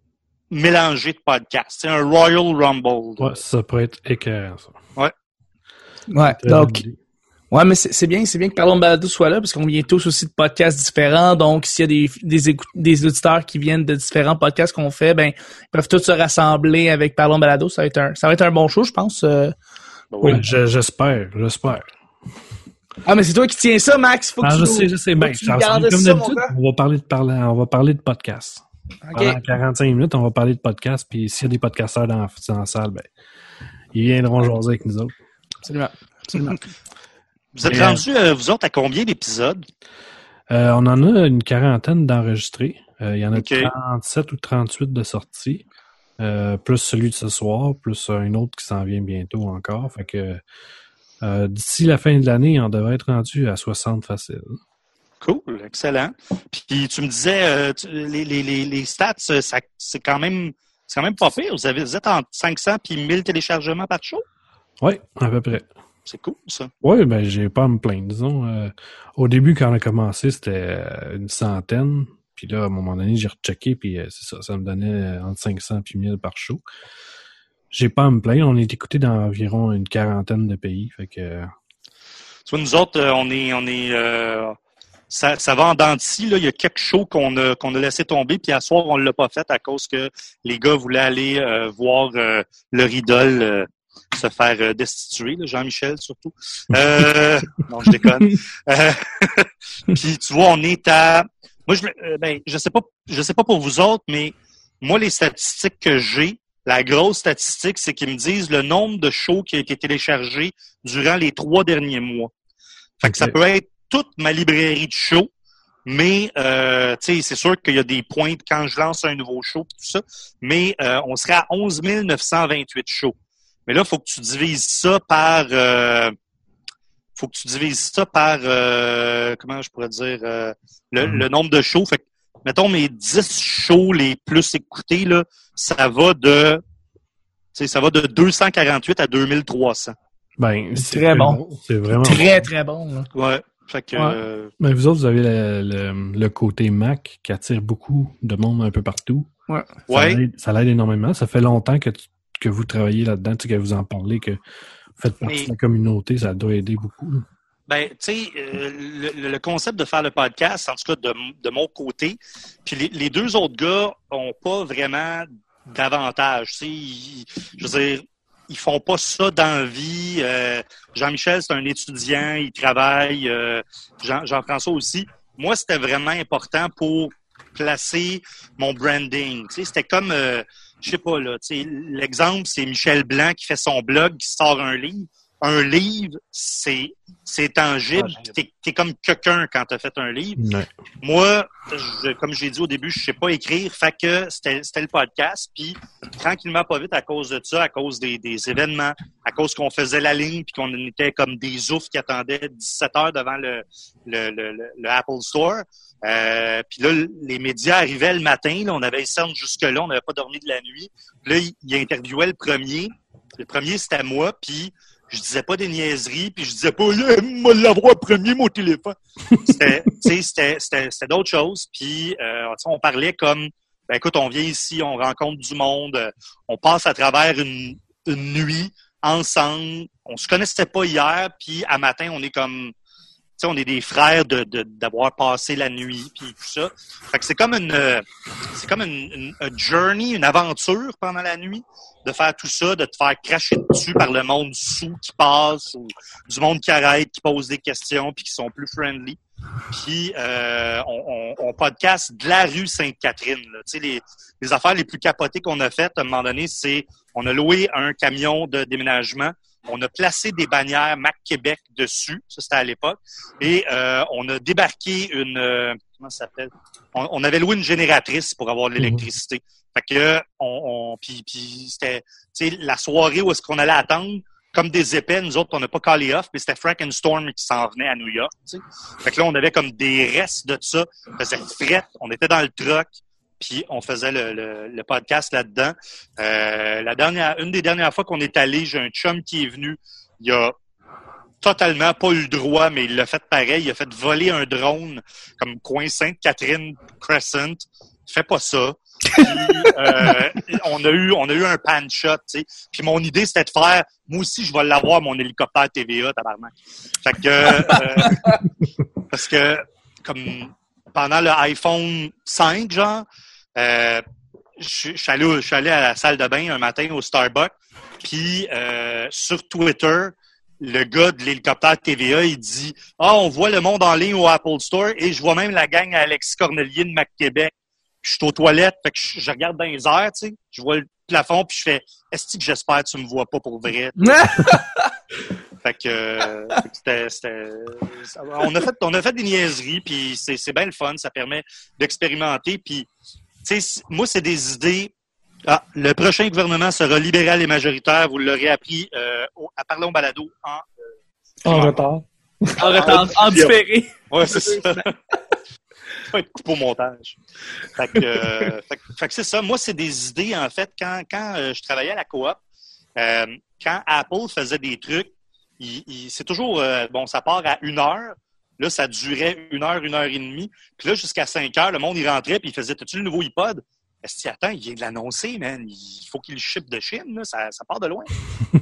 mélangées de podcasts. C'est un Royal Rumble. Ouais, ça pourrait être écœurant, ça. Ouais. Ouais, donc... Ouais, mais c'est, c'est bien, c'est bien que Parlons Balado soit là, parce qu'on vient tous aussi de podcasts différents. Donc, s'il y a des, des, écoute, des auditeurs qui viennent de différents podcasts qu'on fait, ben, ils peuvent tous se rassembler avec Parlons Balado. Ça va être un, ça va être un bon show, je pense. Euh, oui, je, j'espère, j'espère. Ah, mais c'est toi qui tiens ça, Max. Faut que ah, tu je sais, je sais bien. Comme ça, d'habitude, on va parler de parler, on va parler de podcasts. Okay. Pendant quarante-cinq minutes, on va parler de podcasts, puis s'il y a des podcasteurs dans, dans la salle, ben, ils viendront jaser avec nous autres. Absolument. Absolument. Vous êtes rendus, euh, vous autres, à combien d'épisodes? Euh, on en a une quarantaine d'enregistrés. Euh, il y en a okay. trente-sept ou trente-huit de sorties. Euh, plus celui de ce soir, plus un autre qui s'en vient bientôt encore. Fait que Euh, d'ici la fin de l'année, on devrait être rendu à soixante facile. Cool, excellent. Puis tu me disais, euh, tu, les, les, les stats, ça, c'est quand même c'est quand même pas pire. Vous, avez, vous êtes entre cinq cents puis mille téléchargements par show? Oui, à peu près. C'est cool, ça. Oui, ben j'ai pas à me plaindre. Disons, euh, au début, quand on a commencé, c'était une centaine. Puis là, à un moment donné, j'ai rechecké, puis euh, c'est ça, ça me donnait entre cinq cents puis mille par show. J'ai pas à me plaindre. On est écouté dans environ une quarantaine de pays. Fait que... Soit nous autres, on est... on est euh... Ça, ça va en dents de scie, là. Il y a quelques shows qu'on a, qu'on a laissé tomber, puis à soir, on l'a pas fait à cause que les gars voulaient aller euh, voir euh, leur idole euh, se faire euh, destituer, là, Jean-Michel surtout. Euh, non, je déconne. Euh, puis tu vois, on est à... Moi, je euh, ben, je sais pas, je sais pas pour vous autres, mais moi, les statistiques que j'ai, la grosse statistique, c'est qu'ils me disent le nombre de shows qui a été téléchargé durant les trois derniers mois. Fait okay. que ça peut être toute ma librairie de shows, mais euh, tu sais, c'est sûr qu'il y a des pointes quand je lance un nouveau show et tout ça, mais euh, on serait à onze mille neuf cent vingt-huit shows. Mais là, il faut que tu divises ça par euh, faut que tu divises ça par euh, comment je pourrais dire euh, le, mm. le nombre de shows. Fait que, mettons mes dix shows les plus écoutés, là, ça va de tu sais, ça va de deux cent quarante-huit à deux mille trois cents. Ben, c'est très bon. bon. C'est vraiment très, bon. très bon. Là. Ouais. Fait que, ouais. euh... ben, vous autres, vous avez le, le, le côté Mac qui attire beaucoup de monde un peu partout. Ouais. Ça, ouais. l'aide, ça l'aide énormément. Ça fait longtemps que, tu, que vous travaillez là-dedans, tu sais, que vous en parlez, que vous faites partie Mais... de la communauté, ça doit aider beaucoup. Là. Ben, tu sais, euh, le, le concept de faire le podcast, en tout cas de, de mon côté, puis les, les deux autres gars ont pas vraiment d'avantage. Tu sais, ils, je veux dire, ils font pas ça dans la vie. Euh, Jean-Michel, c'est un étudiant, il travaille. Euh, Jean, Jean-François aussi. Moi, c'était vraiment important pour placer mon branding. Tu sais, c'était comme, euh, je sais pas, là, tu sais, l'exemple, c'est Michel Blanc qui fait son blog, qui sort un livre. Un livre, c'est c'est tangible. Ah, t'es, t'es comme quelqu'un quand t'as fait un livre. Ouais. Moi, je, comme j'ai dit au début, je sais pas écrire, fait que c'était, c'était le podcast. Puis tranquillement, pas vite, à cause de ça, à cause des, des événements, à cause qu'on faisait la ligne puis qu'on était comme des oufs qui attendaient dix-sept heures devant le le, le, le, le Apple Store. Euh, puis là, les médias arrivaient le matin. Là, on avait essayé jusque-là, on n'avait pas dormi de la nuit. Puis là, il, il interviewait le premier. Le premier, c'était moi, puis je disais pas des niaiseries, puis je disais pas yeah, « moi l'avoir premier, mon téléphone ». C'était, c'était, c'était, c'était d'autres choses, puis euh, on parlait comme ben, « écoute, on vient ici, on rencontre du monde, on passe à travers une, une nuit ensemble, on se connaissait pas hier, puis à matin, on est comme... » Tu sais, on est des frères de, de d'avoir passé la nuit puis tout ça. Fait que c'est comme une c'est comme une, une, une journey, une aventure pendant la nuit de faire tout ça, de te faire cracher dessus par le monde sous qui passe ou du monde qui arrête, qui pose des questions puis qui sont plus friendly. Puis euh, on, on, on podcast de la rue Sainte-Catherine. Là. Tu sais, les, les affaires les plus capotées qu'on a faites à un moment donné, c'est on a loué un camion de déménagement. On a placé des bannières Mac Québec dessus, ça c'était à l'époque, et euh, on a débarqué une, euh, comment ça s'appelle? On, on avait loué une génératrice pour avoir de l'électricité. Fait que on, on puis, puis c'était, tu sais, la soirée où est-ce qu'on allait attendre, comme des épais, nous autres on n'a pas callé off, mais c'était Frankenstein qui s'en venait à New York. Tu sais. Fait que là on avait comme des restes de ça, ça faisait fret, on était dans le truck. Puis on faisait le, le, le podcast là-dedans. Euh, la dernière, une des dernières fois qu'on est allé, j'ai un chum qui est venu. Il a totalement pas eu le droit, mais il l'a fait pareil. Il a fait voler un drone comme coin Sainte-Catherine Crescent. Fais pas ça. Puis, euh, on a eu, on a eu un pan shot, tu sais. Puis mon idée c'était de faire, moi aussi je vais l'avoir mon hélicoptère T V A, tabarnak. Fait que euh, parce que comme pendant le iPhone cinq, genre. Euh, je, je, suis allé, je suis allé à la salle de bain un matin au Starbucks, puis euh, sur Twitter, le gars de l'hélicoptère T V A, il dit « Ah, on voit le monde en ligne au Apple Store et je vois même la gang à Alexis Cornelier de Mac Québec. » Je suis aux toilettes, fait que je, je regarde dans les airs, tu sais, je vois le plafond, puis je fais « Est-ce que j'espère que tu me vois pas pour vrai? » Fait que euh, c'était, c'était on a fait on a fait des niaiseries, puis c'est, c'est bien le fun, ça permet d'expérimenter, puis tu sais, moi, c'est des idées. Ah, le prochain gouvernement sera libéral et majoritaire. Vous l'aurez appris euh, au, à Parlons Balado en, euh, En retard. En retard, en différé. Ouais, c'est ça. Ça va être coupé au montage. Fait que, euh, fait, fait que c'est ça. Moi, c'est des idées, en fait, quand, quand euh, je travaillais à la coop, euh, quand Apple faisait des trucs, il, il, c'est toujours, euh, bon, ça part à une heure. Là, ça durait une heure, une heure et demie. Puis là, jusqu'à cinq heures, le monde, il rentrait puis il faisait « T'as-tu le nouveau iPod? » Est-ce qu'il attend? Il vient de l'annoncer, man. Il faut qu'il le ship de Chine, là. Ça, ça part de loin.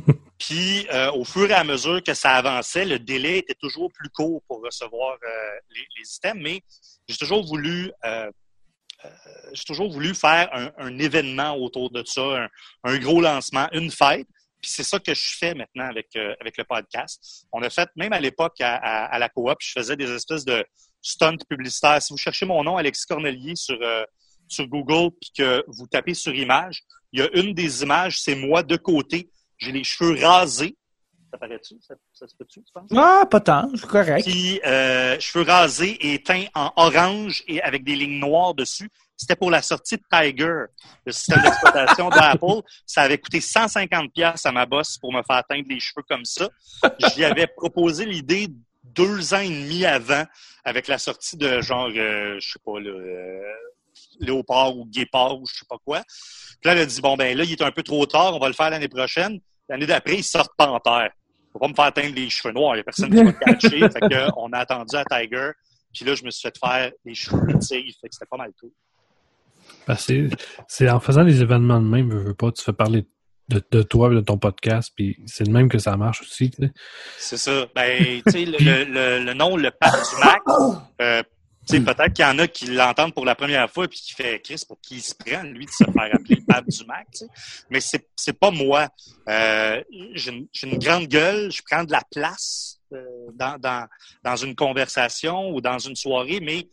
Puis, euh, au fur et à mesure que ça avançait, le délai était toujours plus court pour recevoir euh, les, les items, mais j'ai toujours voulu euh, euh, j'ai toujours voulu faire un, un événement autour de ça, un, un gros lancement, une fête. Puis c'est ça que je fais maintenant avec euh, avec le podcast. On a fait, même à l'époque, à, à, à la coop, je faisais des espèces de stunts publicitaires. Si vous cherchez mon nom, Alexis Cornelier, sur euh, sur Google, puis que vous tapez sur images, il y a une des images, c'est moi de côté. J'ai les cheveux rasés. Ça paraît-tu? Ça, ça se peut-tu, tu penses? Ah, pas tant. C'est correct. Puis, euh, cheveux rasés et teints en orange et avec des lignes noires dessus. C'était pour la sortie de Tiger, le système d'exploitation d'Apple. Ça avait coûté cent cinquante dollars à ma boss pour me faire teindre les cheveux comme ça. J'y avais proposé l'idée deux ans et demi avant, avec la sortie de genre, euh, je sais pas, là, euh, Léopard ou Guépard ou je sais pas quoi. Puis là, elle a dit, bon, ben là, il est un peu trop tard, on va le faire l'année prochaine. L'année d'après, ils sortent Panthère. Faut pas me faire teindre les cheveux noirs, il y a personne qui va te catcher. Fait que, on a attendu à Tiger. Puis là, je me suis fait faire les cheveux tigres. Fait que c'était pas mal tout. Ben c'est, c'est en faisant des événements de même, veux, veux pas, tu fais parler de, de toi et de ton podcast, puis c'est le même que ça marche aussi, tu sais. C'est ça. Ben, tu sais, le, le, le nom, le pape du Mac, euh, tu sais, peut-être qu'il y en a qui l'entendent pour la première fois puis qui fait Chris pour qui il se prend, lui, de se faire appeler le pape du Mac, tu sais. Mais c'est, c'est pas moi. Euh, j'ai, une, j'ai une grande gueule, je prends de la place euh, dans, dans, dans une conversation ou dans une soirée, mais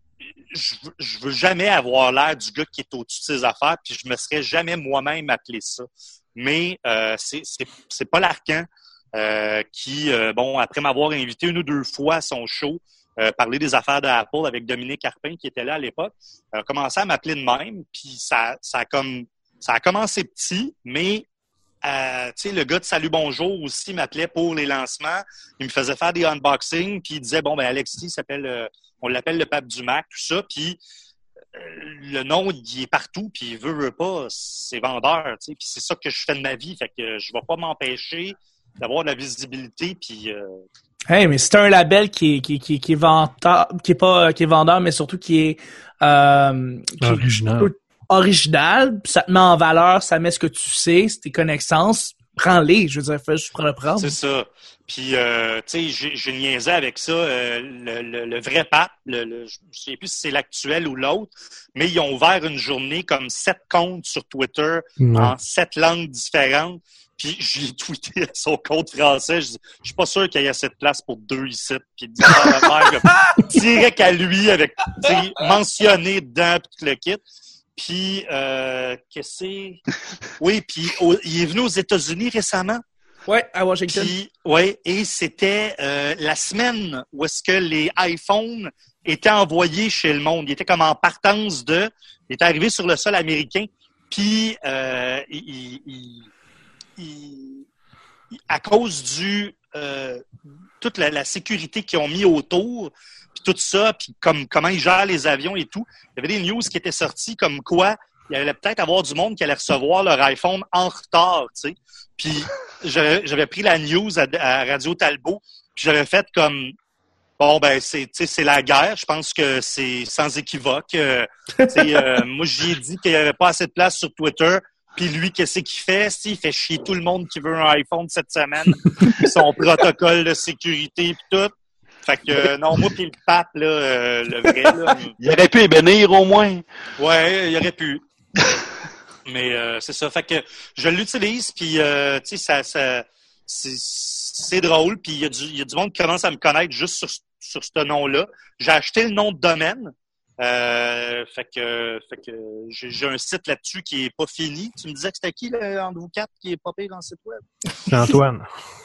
je, je veux jamais avoir l'air du gars qui est au-dessus de ses affaires, puis je me serais jamais moi-même appelé ça. Mais euh, c'est, c'est, c'est Paul Arcand euh, qui, euh, bon, après m'avoir invité une ou deux fois à son show, euh, parler des affaires d'Apple avec Dominique Carpin qui était là à l'époque, a commencé à m'appeler de même, puis ça, ça a comme ça a commencé petit, mais euh, tu sais, le gars de Salut Bonjour aussi m'appelait pour les lancements, il me faisait faire des unboxings, puis il disait bon ben Alexis s'appelle euh, on l'appelle le pape du Mac, tout ça, puis euh, le nom, il est partout, puis il veut, veut pas, c'est vendeur, tu sais, puis c'est ça que je fais de ma vie, fait que je vais pas m'empêcher d'avoir de la visibilité, puis... Euh... Hey, mais c'est un label qui est, qui, qui, qui est vendeur, qui est pas, qui est vendeur, mais surtout qui est, euh, qui original. Est original, ça te met en valeur, ça met ce que tu sais, c'est tes connaissances, prends-les, je veux dire, fais juste le prendre. C'est ça. Puis, euh, tu sais, j'ai, j'ai niaisé avec ça, euh, le, le, le vrai pape, le, le, je ne sais plus si c'est l'actuel ou l'autre, mais ils ont ouvert une journée comme sept comptes sur Twitter mmh. en sept langues différentes. Puis j'ai tweeté à son compte français, je dis, je suis pas sûr qu'il y ait assez de place pour deux ici. Puis il dit, direct à lui, avec, tu sais, mentionné dedans, puis tout le kit. Puis, euh, qu'est-ce que c'est? Oui, puis au, il est venu aux États-Unis récemment. Ouais, à Washington. Puis, ouais, et c'était euh, la semaine où est-ce que les iPhones étaient envoyés chez le monde. Il était comme en partance de... Il était arrivé sur le sol américain, puis euh, il, il, il, il, à cause du... Euh, toute la, la sécurité qu'ils ont mis autour, puis tout ça, puis comme comment ils gèrent les avions et tout, il y avait des news qui étaient sorties comme quoi il allait peut-être avoir du monde qui allait recevoir leur iPhone en retard, tu sais. Puis j'avais, j'avais pris la news à, à Radio Talbot, puis j'avais fait comme bon ben c'est tu sais c'est la guerre, je pense que c'est sans équivoque. Euh, euh, moi j'y ai dit qu'il n'y avait pas assez de place sur Twitter. Puis lui, qu'est-ce qu'il fait? Il fait chier tout le monde qui veut un iPhone cette semaine. Son protocole de sécurité puis tout. Fait que euh, non, moi puis le pape, là, euh, le vrai, là. Il aurait pu bénir au moins. Ouais, il aurait pu. Mais euh, c'est ça. Fait que je l'utilise, puis euh, tu sais, ça, ça c'est, c'est drôle. Puis il y a du, il y a du monde qui commence à me connaître juste sur, sur ce nom-là. J'ai acheté le nom de domaine. Euh, fait que, fait que j'ai, j'ai un site là-dessus qui est pas fini. Tu me disais que c'était qui, le entre vous quatre, qui est pas pire en site web? C'est Antoine.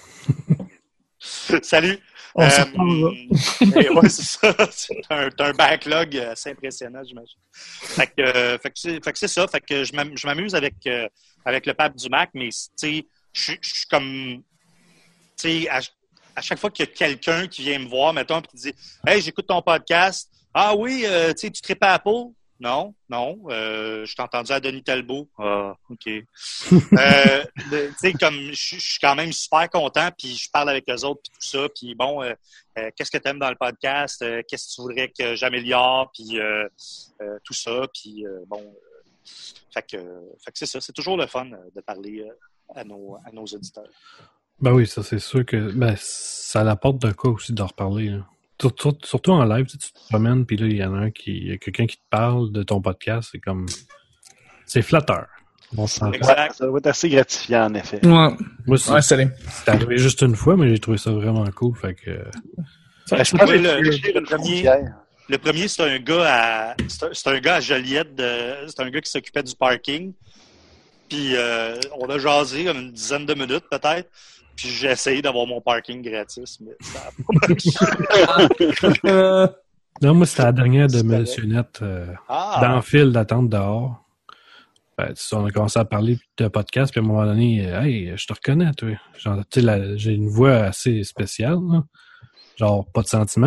Salut. On euh, se ouais, c'est ça. C'est un, un backlog assez impressionnant, j'imagine. Fait que, euh, fait que, c'est, fait que c'est ça. Fait que je m'amuse avec, euh, avec le pape du Mac, mais tu sais, je suis comme, tu sais, à chaque fois qu'il y a quelqu'un qui vient me voir, mettons, puis qui dit « Hey, j'écoute ton podcast. Ah oui, euh, tu sais, tu tripes à Apple? » Non, non. Euh, je t'ai entendu à Denis Talbot. Ah, OK. euh, tu sais, comme je suis quand même super content, puis je parle avec eux autres, puis tout ça. Puis bon, euh, euh, qu'est-ce que tu aimes dans le podcast? Euh, qu'est-ce que tu voudrais que j'améliore? Puis euh, euh, tout ça. Puis euh, bon, euh, fait que, fait que c'est ça. C'est toujours le fun de parler euh, à nos, à nos auditeurs. Ben oui, ça c'est sûr que ben, ça l'apporte de quoi aussi d'en reparler. Là. Surtout, surtout en live, tu, sais, tu te promènes, puis là, il y en a un qui, il y a quelqu'un qui te parle de ton podcast, c'est comme, c'est flatteur. Bon, ça, exact. Ça doit être assez gratifiant, en effet. Ouais. Moi, c'est, ouais, c'est, c'est arrivé juste une fois, mais j'ai trouvé ça vraiment cool, fait que... Ça, je pense que le, le, le premier, le premier, c'est un gars à, c'est un, c'est un gars à Joliette, de, c'est un gars qui s'occupait du parking, puis euh, on a jasé comme une dizaine de minutes, peut-être. Puis j'ai essayé d'avoir mon parking gratis, mais ça n'a pas marché. Non, moi, c'était la dernière de Monsieur Net, euh, ah. dans le fil d'attente dehors. Ben, on a commencé à parler de podcast, puis à un moment donné, « Hey, je te reconnais, toi. » Genre, tu sais, la, j'ai une voix assez spéciale, là. Genre, pas de sentiment.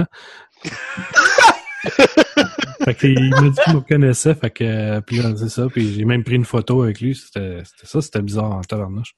Fait que, il m'a dit qu'il me reconnaissait, fait que, puis là, c'est ça, puis j'ai même pris une photo avec lui. C'était, c'était ça, c'était bizarre en tabarnouche.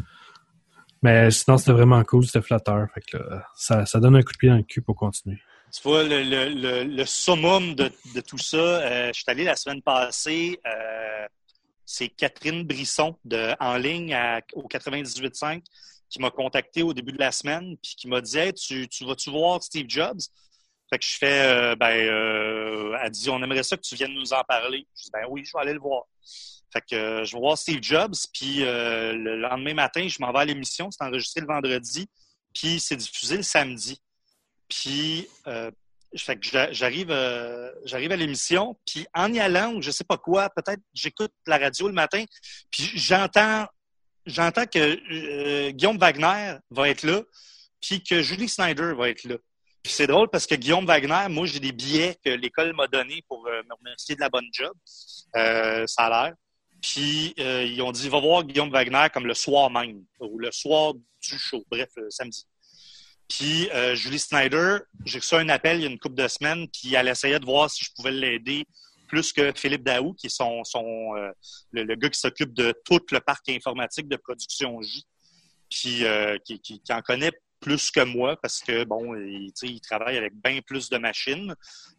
Mais sinon, c'était vraiment cool, c'était flatteur. Fait que là, ça, ça donne un coup de pied dans le cul pour continuer. Tu vois, le, le, le, le summum de, de tout ça, euh, je suis allé la semaine passée, euh, c'est Catherine Brisson de En ligne à, au quatre-vingt-dix-huit cinq qui m'a contacté au début de la semaine puis qui m'a dit hey, « tu, tu vas-tu voir Steve Jobs? » Fait que je fais, euh, ben, euh, elle dit « On aimerait ça que tu viennes nous en parler. » Je dis « Ben oui, je vais aller le voir. » Fait que euh, je vais voir Steve Jobs, puis euh, le lendemain matin, je m'en vais à l'émission. C'est enregistré le vendredi, puis c'est diffusé le samedi. Puis, euh, fait que j'arrive, euh, j'arrive à l'émission, puis en y allant, ou je sais pas quoi, peut-être j'écoute la radio le matin, puis j'entends, j'entends que euh, Guillaume Wagner va être là, puis que Julie Snyder va être là. Puis c'est drôle parce que Guillaume Wagner, moi, j'ai des billets que l'école m'a donnés pour euh, me remercier de la bonne job. Euh, ça a l'air. Puis, euh, ils ont dit, va voir Guillaume Wagner comme le soir même, ou le soir du show, bref, le samedi. Puis, euh, Julie Snyder, j'ai reçu un appel il y a une couple de semaines, puis elle essayait de voir si je pouvais l'aider plus que Philippe Daou, qui est son, son euh, le, le gars qui s'occupe de tout le parc informatique de Production J, puis euh, qui, qui, qui en connaît plus que moi, parce que, bon, il, il travaille avec bien plus de machines,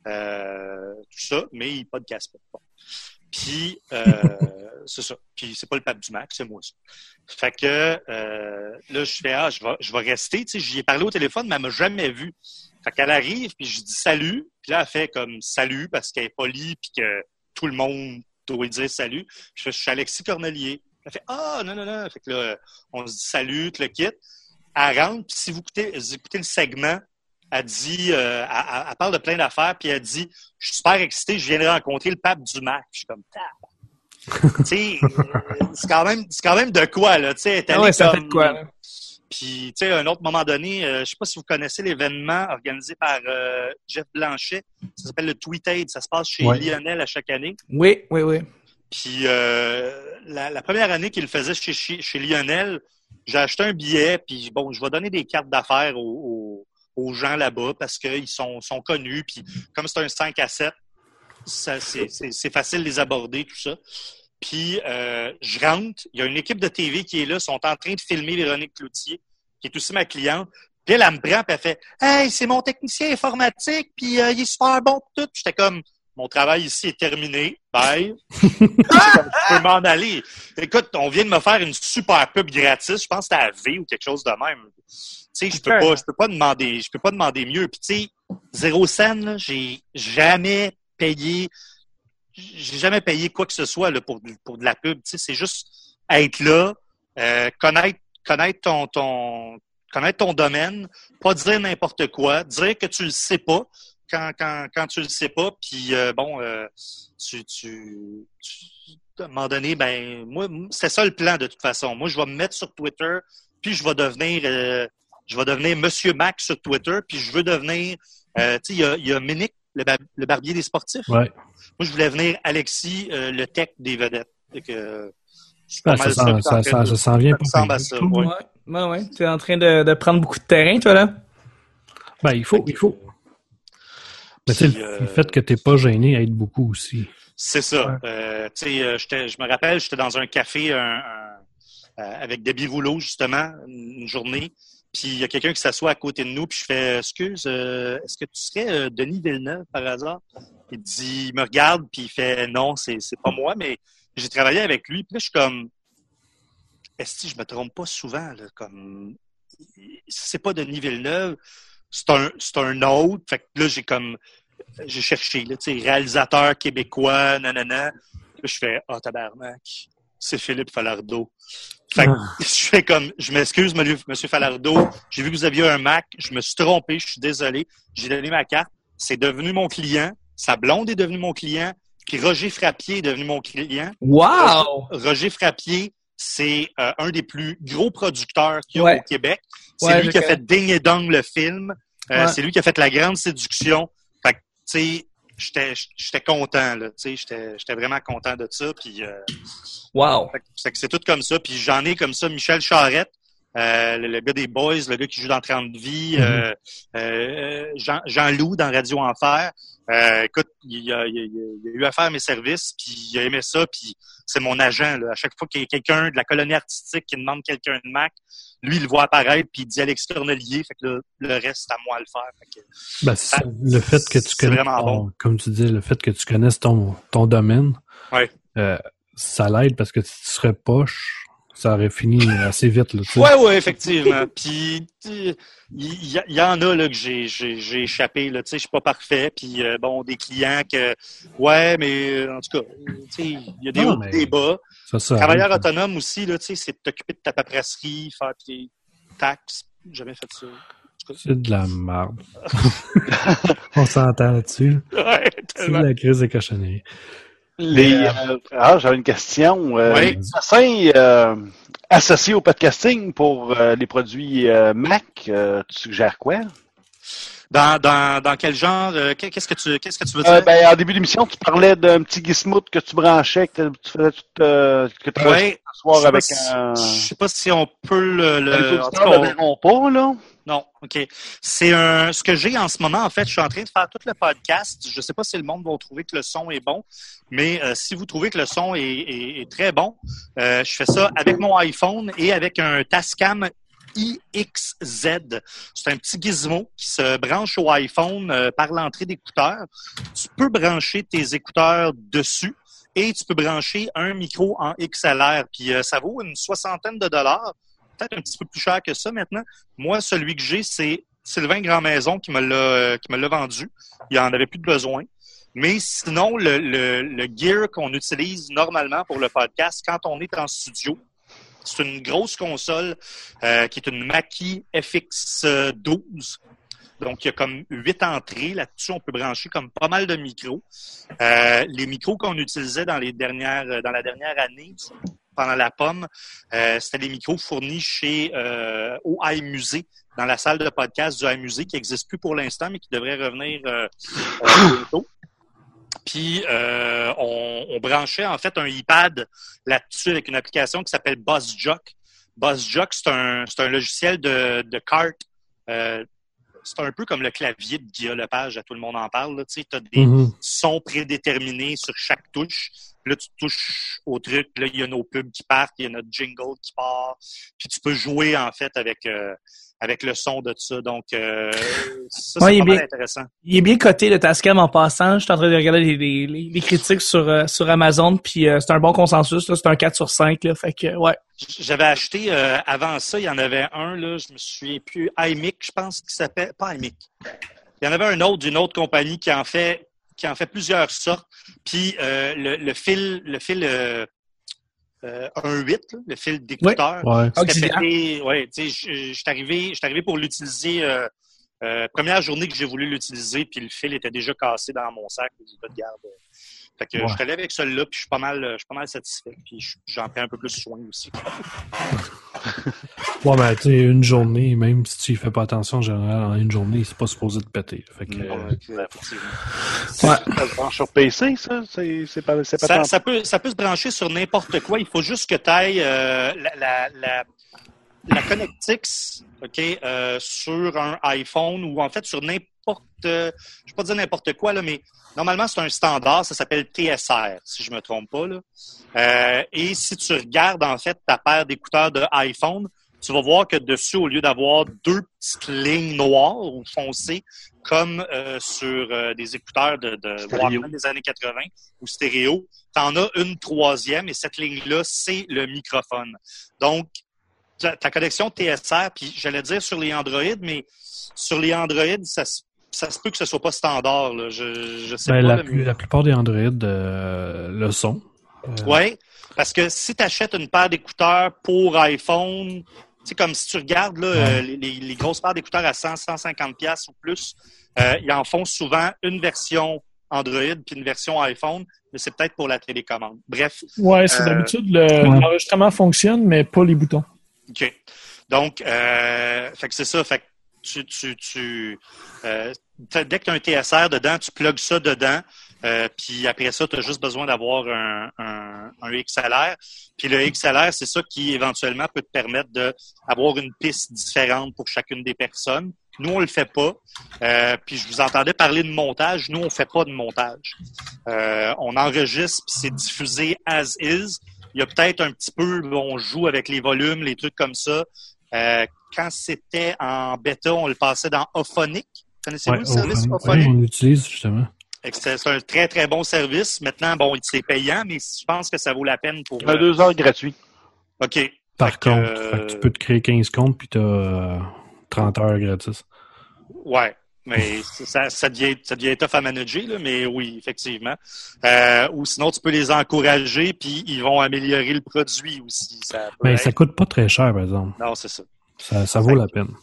euh, tout ça, mais il podcast pas. Bon. Puis, euh, c'est ça. Puis, c'est pas le pape du Mac, c'est moi ça. Fait que, euh, là, je fais, ah, je vais, je vais rester, tu sais, j'y ai parlé au téléphone, mais elle m'a jamais vu. Fait qu'elle arrive, puis je dis salut, puis là, elle fait comme salut, parce qu'elle est polie, puis que tout le monde doit lui dire salut. Je fais, je suis Alexis Cornelier. Elle fait, ah, non, non, non. Fait que là, on se dit salut, tu le quittes. Elle rentre, puis si vous écoutez, vous écoutez le segment, elle dit, euh, elle, elle parle de plein d'affaires, puis elle dit, je suis super excitée, je viens de rencontrer le pape du Mac. Je suis comme, tu sais, c'est quand même, c'est quand même de quoi, là, tu sais. Ah ouais, ça comme... fait de quoi, là. Puis, tu sais, à un autre moment donné, euh, je sais pas si vous connaissez l'événement organisé par euh, Jeff Blanchet. Ça s'appelle le Tweet Aid. Ça se passe chez ouais. Lionel à chaque année. Oui, oui, oui. Puis, euh, la, la première année qu'il le faisait chez, chez, chez Lionel, j'ai acheté un billet, puis bon, je vais donner des cartes d'affaires aux, aux, aux gens là-bas parce qu'ils sont, sont connus. Puis, comme c'est un cinq à sept, ça, c'est, c'est, c'est facile de les aborder, tout ça. Puis, euh, je rentre, il y a une équipe de T V qui est là, sont en train de filmer Véronique Cloutier, qui est aussi ma cliente. Puis elle, elle me prend, puis elle fait « Hey, c'est mon technicien informatique, puis euh, il est super bon pour tout. » J'étais comme « Mon travail ici est terminé. Bye. » Je peux m'en aller. Écoute, on vient de me faire une super pub gratis. Je pense que c'était à V ou quelque chose de même. Tu sais, je peux pas, je peux pas demander, je peux pas demander mieux. Puis tu sais, zéro scène, là, j'ai jamais payé... J'ai jamais payé quoi que ce soit là, pour, pour de la pub. Tu sais, c'est juste être là, euh, connaître, connaître ton, ton, connaître ton domaine, pas dire n'importe quoi, dire que tu le sais pas quand, quand, quand tu le sais pas. Puis euh, bon, euh, tu, tu, tu, à un moment donné, ben moi, c'est ça le plan de toute façon. Moi, je vais me mettre sur Twitter, puis je vais devenir, euh, je vais devenir Monsieur Mac sur Twitter, puis je veux devenir, euh, tu sais, il y a, il y a Ménic, le, bar- le barbier des sportifs. Ouais. Moi, je voulais venir Alexis, euh, le tech des vedettes. Fait que, C'est pas ah, mal ça, ça, ça, ça, ça s'en vient pas. Ça ressemble à ça, ouais. Ouais, ouais, ouais. Tu es en train de, de prendre beaucoup de terrain, toi, là? Ben, il faut, okay. il faut. Mais tu sais, euh... le fait que t'es pas gêné aide beaucoup aussi. C'est ça. Ouais. Euh, tu sais, je me rappelle, j'étais dans un café un, un, euh, avec Debbie Rouleau, justement, une journée. Puis il y a quelqu'un qui s'assoit à côté de nous, puis je fais « Excuse, euh, est-ce que tu serais euh, Denis Villeneuve, par hasard? » Il dit, il me regarde, puis il fait « Non, c'est, c'est pas moi, mais j'ai travaillé avec lui. » Puis là, je suis comme « Est-ce que je me trompe pas souvent, là, comme c'est pas Denis Villeneuve, c'est un, c'est un autre. » Fait que là, j'ai comme, j'ai cherché, là, tu sais, réalisateur québécois, nanana. Là, je fais « Ah, oh, tabarnak, c'est Philippe Falardeau. » Fait que ah. je fais comme, je m'excuse, monsieur Falardeau, j'ai vu que vous aviez un Mac, je me suis trompé, je suis désolé, j'ai donné ma carte, c'est devenu mon client, sa blonde est devenue mon client, puis Roger Frappier est devenu mon client. Wow! Roger Frappier, c'est euh, un des plus gros producteurs qu'il y a ouais. au Québec. C'est ouais, lui qui a fait Ding et Dong, le film. Euh, ouais. C'est lui qui a fait La Grande Séduction. Fait que, tu sais, j'étais, j'étais content, là, tu sais, j'étais, j'étais vraiment content de ça, puis... Euh, wow! Fait que c'est tout comme ça. Puis j'en ai comme ça Michel Charette, euh, le, le gars des Boys, le gars qui joue dans trente vies, mm-hmm. euh, euh, Jean, Jean-Loup dans Radio Enfer. Euh, écoute, il a, il, a, il a eu à faire mes services, puis il a aimé ça, puis c'est mon agent. Là. À chaque fois qu'il y a quelqu'un de la colonie artistique qui demande quelqu'un de Mac, lui, il le voit apparaître, puis il dit Alexis Cornelier, fait que le, le reste, c'est à moi à le faire. Fait que, ben, c'est ça, le fait que tu connais, ton, bon. comme tu dis, le fait que tu connaisses ton, ton domaine, ouais. euh, ça l'aide parce que si tu serais poche, ça aurait fini assez vite. Là, tu sais. Ouais, ouais, effectivement. Puis il y, y, y en a là que j'ai, j'ai, j'ai échappé. Là, tu sais, je suis pas parfait. Puis euh, bon, des clients que, ouais, mais en tout cas, tu sais, il y a des hauts, des bas. Ça, ça Travailleur arrive. autonome aussi, là, tu sais, c'est t'occuper de ta paperasserie, faire tes taxes. J'ai jamais fait ça. C'est de la merde. On s'entend là-dessus. Ouais, c'est de la crise de cochonnerie. Les, euh, ah, j'avais une question. Euh, oui. Les euh, associés au podcasting pour euh, les produits euh, Mac, euh, tu suggères quoi? Dans, dans, dans quel genre? Euh, qu'est-ce que tu, qu'est-ce que tu veux dire? Euh, ben, en début d'émission, tu parlais d'un petit gizmout que tu branchais, que tu faisais tout, euh, que tu ouais. soir avec si, un... Je sais pas si on peut le... le... Les auditeurs ne le verront pas, là? Non, OK. C'est un, ce que j'ai en ce moment, en fait, je suis en train de faire tout le podcast. Je sais pas si le monde va trouver que le son est bon, mais euh, si vous trouvez que le son est, est, est très bon, euh, je fais ça avec mon iPhone et avec un Tascam I X Z. C'est un petit gizmo qui se branche au iPhone euh, par l'entrée d'écouteurs. Tu peux brancher tes écouteurs dessus et tu peux brancher un micro en X L R. Puis euh, ça vaut une soixantaine de dollars. Peut-être un petit peu plus cher que ça maintenant. Moi, celui que j'ai, c'est Sylvain Grandmaison qui me l'a, euh, qui me l'a vendu. Il en avait plus de besoin. Mais sinon, le, le, le gear qu'on utilise normalement pour le podcast, quand on est en studio, c'est une grosse console euh, qui est une Mackie F X douze. Donc, il y a comme huit entrées. Là-dessus, on peut brancher comme pas mal de micros. Euh, les micros qu'on utilisait dans les dernières, dans la dernière année, pendant la pomme, euh, c'était des micros fournis chez euh, au iMusée, dans la salle de podcast du iMusée, qui n'existe plus pour l'instant, mais qui devrait revenir euh, euh, bientôt. Puis, euh, on, on branchait en fait un iPad là-dessus avec une application qui s'appelle BuzzJock. BuzzJock, c'est un, c'est un logiciel de, de carte. Euh, c'est un peu comme le clavier de Guillaume Lepage, à tout le monde en parle. Tu sais, as des mm-hmm. sons prédéterminés sur chaque touche. Là, tu touches au truc. Là, il y a nos pubs qui partent, il y a notre jingle qui part. Puis tu peux jouer, en fait, avec euh, avec le son de ça. Donc, euh, ça, ouais, c'est pas bien, mal intéressant. Il est bien coté, le Tascam, en passant. Je suis en train de regarder les, les, les critiques sur, euh, sur Amazon, puis euh, c'est un bon consensus. Là, c'est un quatre sur cinq. Là, fait que, ouais. J'avais acheté, euh, avant ça, il y en avait un, là, je me souviens plus, iMic, je pense qu'il s'appelle, pas iMic. Il y en avait un autre d'une autre compagnie qui en fait qui en fait plusieurs sortes. Puis euh, le, le fil, le fil euh, euh, un huit, là, le fil d'écouteur, ouais. c'était pété. Ouais, tu sais, je suis arrivé, je suis arrivé pour l'utiliser. Euh, euh, première journée que j'ai voulu l'utiliser, puis le fil était déjà cassé dans mon sac. J'ai pas de garde. Fait que ouais. je suis allé avec celui-là, puis je suis pas mal, je suis pas mal satisfait. Puis j'en prends un peu plus soin aussi. Ouais, mais tu sais, une journée, même si tu y fais pas attention, en général, en une journée, c'est pas supposé de péter. Fait que, non, euh, okay. Ouais. Ça se branche sur P C, ça? C'est, c'est pas, c'est pas ça, tant... ça, peut, ça peut se brancher sur n'importe quoi. Il faut juste que tu ailles euh, la, la, la, la ConnectX, OK, euh, sur un iPhone ou en fait sur n'importe... Euh, je vais pas dire n'importe quoi, là, mais normalement, c'est un standard. Ça s'appelle T S R, si je me trompe pas, là. Euh, et si tu regardes, en fait, ta paire d'écouteurs de iPhone, tu vas voir que dessus, au lieu d'avoir deux petites lignes noires ou foncées, comme euh, sur euh, des écouteurs de, de Walkman des années quatre-vingts ou stéréo, tu en as une troisième et cette ligne-là, c'est le microphone. Donc, ta, ta connexion T S R, puis j'allais dire sur les Android, mais sur les Android, ça, ça se peut que ce soit pas standard. Là. Je, je sais ben, pas. La, là, plus, mais... la plupart des Android euh, le sont. Euh... Oui, parce que si tu achètes une paire d'écouteurs pour iPhone... Tu sais, comme si tu regardes là, ouais. euh, les, les grosses paires d'écouteurs à cent à cent cinquante dollars ou plus, euh, ils en font souvent une version Android puis une version iPhone, mais c'est peut-être pour la télécommande. Bref. Ouais, c'est euh, d'habitude, le, ouais. l'enregistrement fonctionne, mais pas les boutons. OK. Donc, euh, fait que c'est ça. Fait que tu, tu, tu, euh, dès que tu as un T S R dedans, tu plugues ça dedans. Euh, puis après ça, tu as juste besoin d'avoir un, un, un X L R. Puis le X L R, c'est ça qui éventuellement peut te permettre d'avoir une piste différente pour chacune des personnes. Nous, on le fait pas. Euh, puis je vous entendais parler de montage. Nous, on fait pas de montage. Euh, on enregistre puis c'est diffusé as is. Il y a peut-être un petit peu, on joue avec les volumes, les trucs comme ça. Euh, quand c'était en bêta, on le passait dans Auphonic. Connaissez-vous ouais, le service Auphonic? Auphonic? Oui, on l'utilise justement. C'est un très, très bon service. Maintenant, bon, c'est payant, mais je pense que ça vaut la peine pour... Il y a deux heures gratuits. OK. Par fait contre, que, fait que tu peux te créer quinze comptes puis tu as euh, trente heures gratis. Ouais, mais ça, ça, devient, ça devient tough à manager, là, mais oui, effectivement. Euh, ou sinon, tu peux les encourager puis ils vont améliorer le produit aussi. Ça mais ça coûte pas très cher, par exemple. Non, c'est ça. Ça, ça vaut fait, la peine.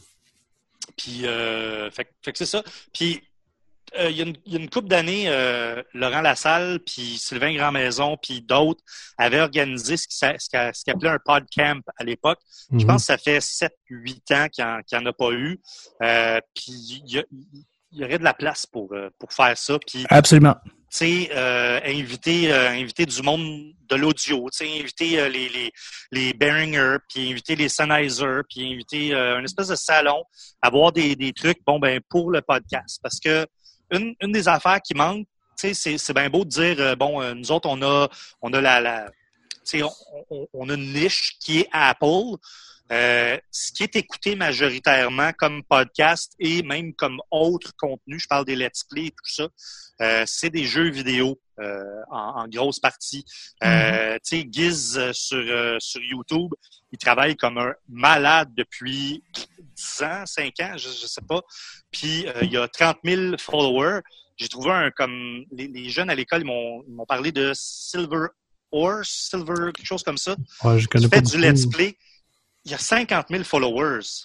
Puis, euh, fait, fait que c'est ça. Puis, il euh, y, y a une couple d'années, euh, Laurent Lassalle, puis Sylvain Grandmaison, puis d'autres avaient organisé ce qu'ils ce qu appelait un podcamp à l'époque. Mm-hmm. Je pense que ça fait sept huit ans qu'il n'y en, en a pas eu. Euh, puis il y, y, y aurait de la place pour, euh, pour faire ça. Puis, absolument. Tu sais, euh, inviter, euh, inviter du monde de l'audio, tu sais, inviter euh, les, les, les Behringer, puis inviter les Sennheiser, puis inviter euh, un espèce de salon, avoir des, des trucs, bon, ben, pour le podcast. Parce que Une, une des affaires qui manque, tu sais, c'est, c'est bien beau de dire, euh, bon, euh, nous autres, on a, on a la, la tu sais, on, on, on a une niche qui est Apple. Euh, ce qui est écouté majoritairement comme podcast et même comme autre contenu, je parle des let's play et tout ça, euh, c'est des jeux vidéo euh, en, en grosse partie. Euh, tu sais, Giz euh, sur, euh, sur YouTube, il travaille comme un malade depuis dix ans, cinq ans, je, je sais pas. Puis euh, il y a trente mille followers. J'ai trouvé un comme les, les jeunes à l'école, ils m'ont, ils m'ont parlé de Silver Horse, Silver, quelque chose comme ça. Ouais, je connais qui pas fait du beaucoup. let's play. Il y a cinquante mille followers.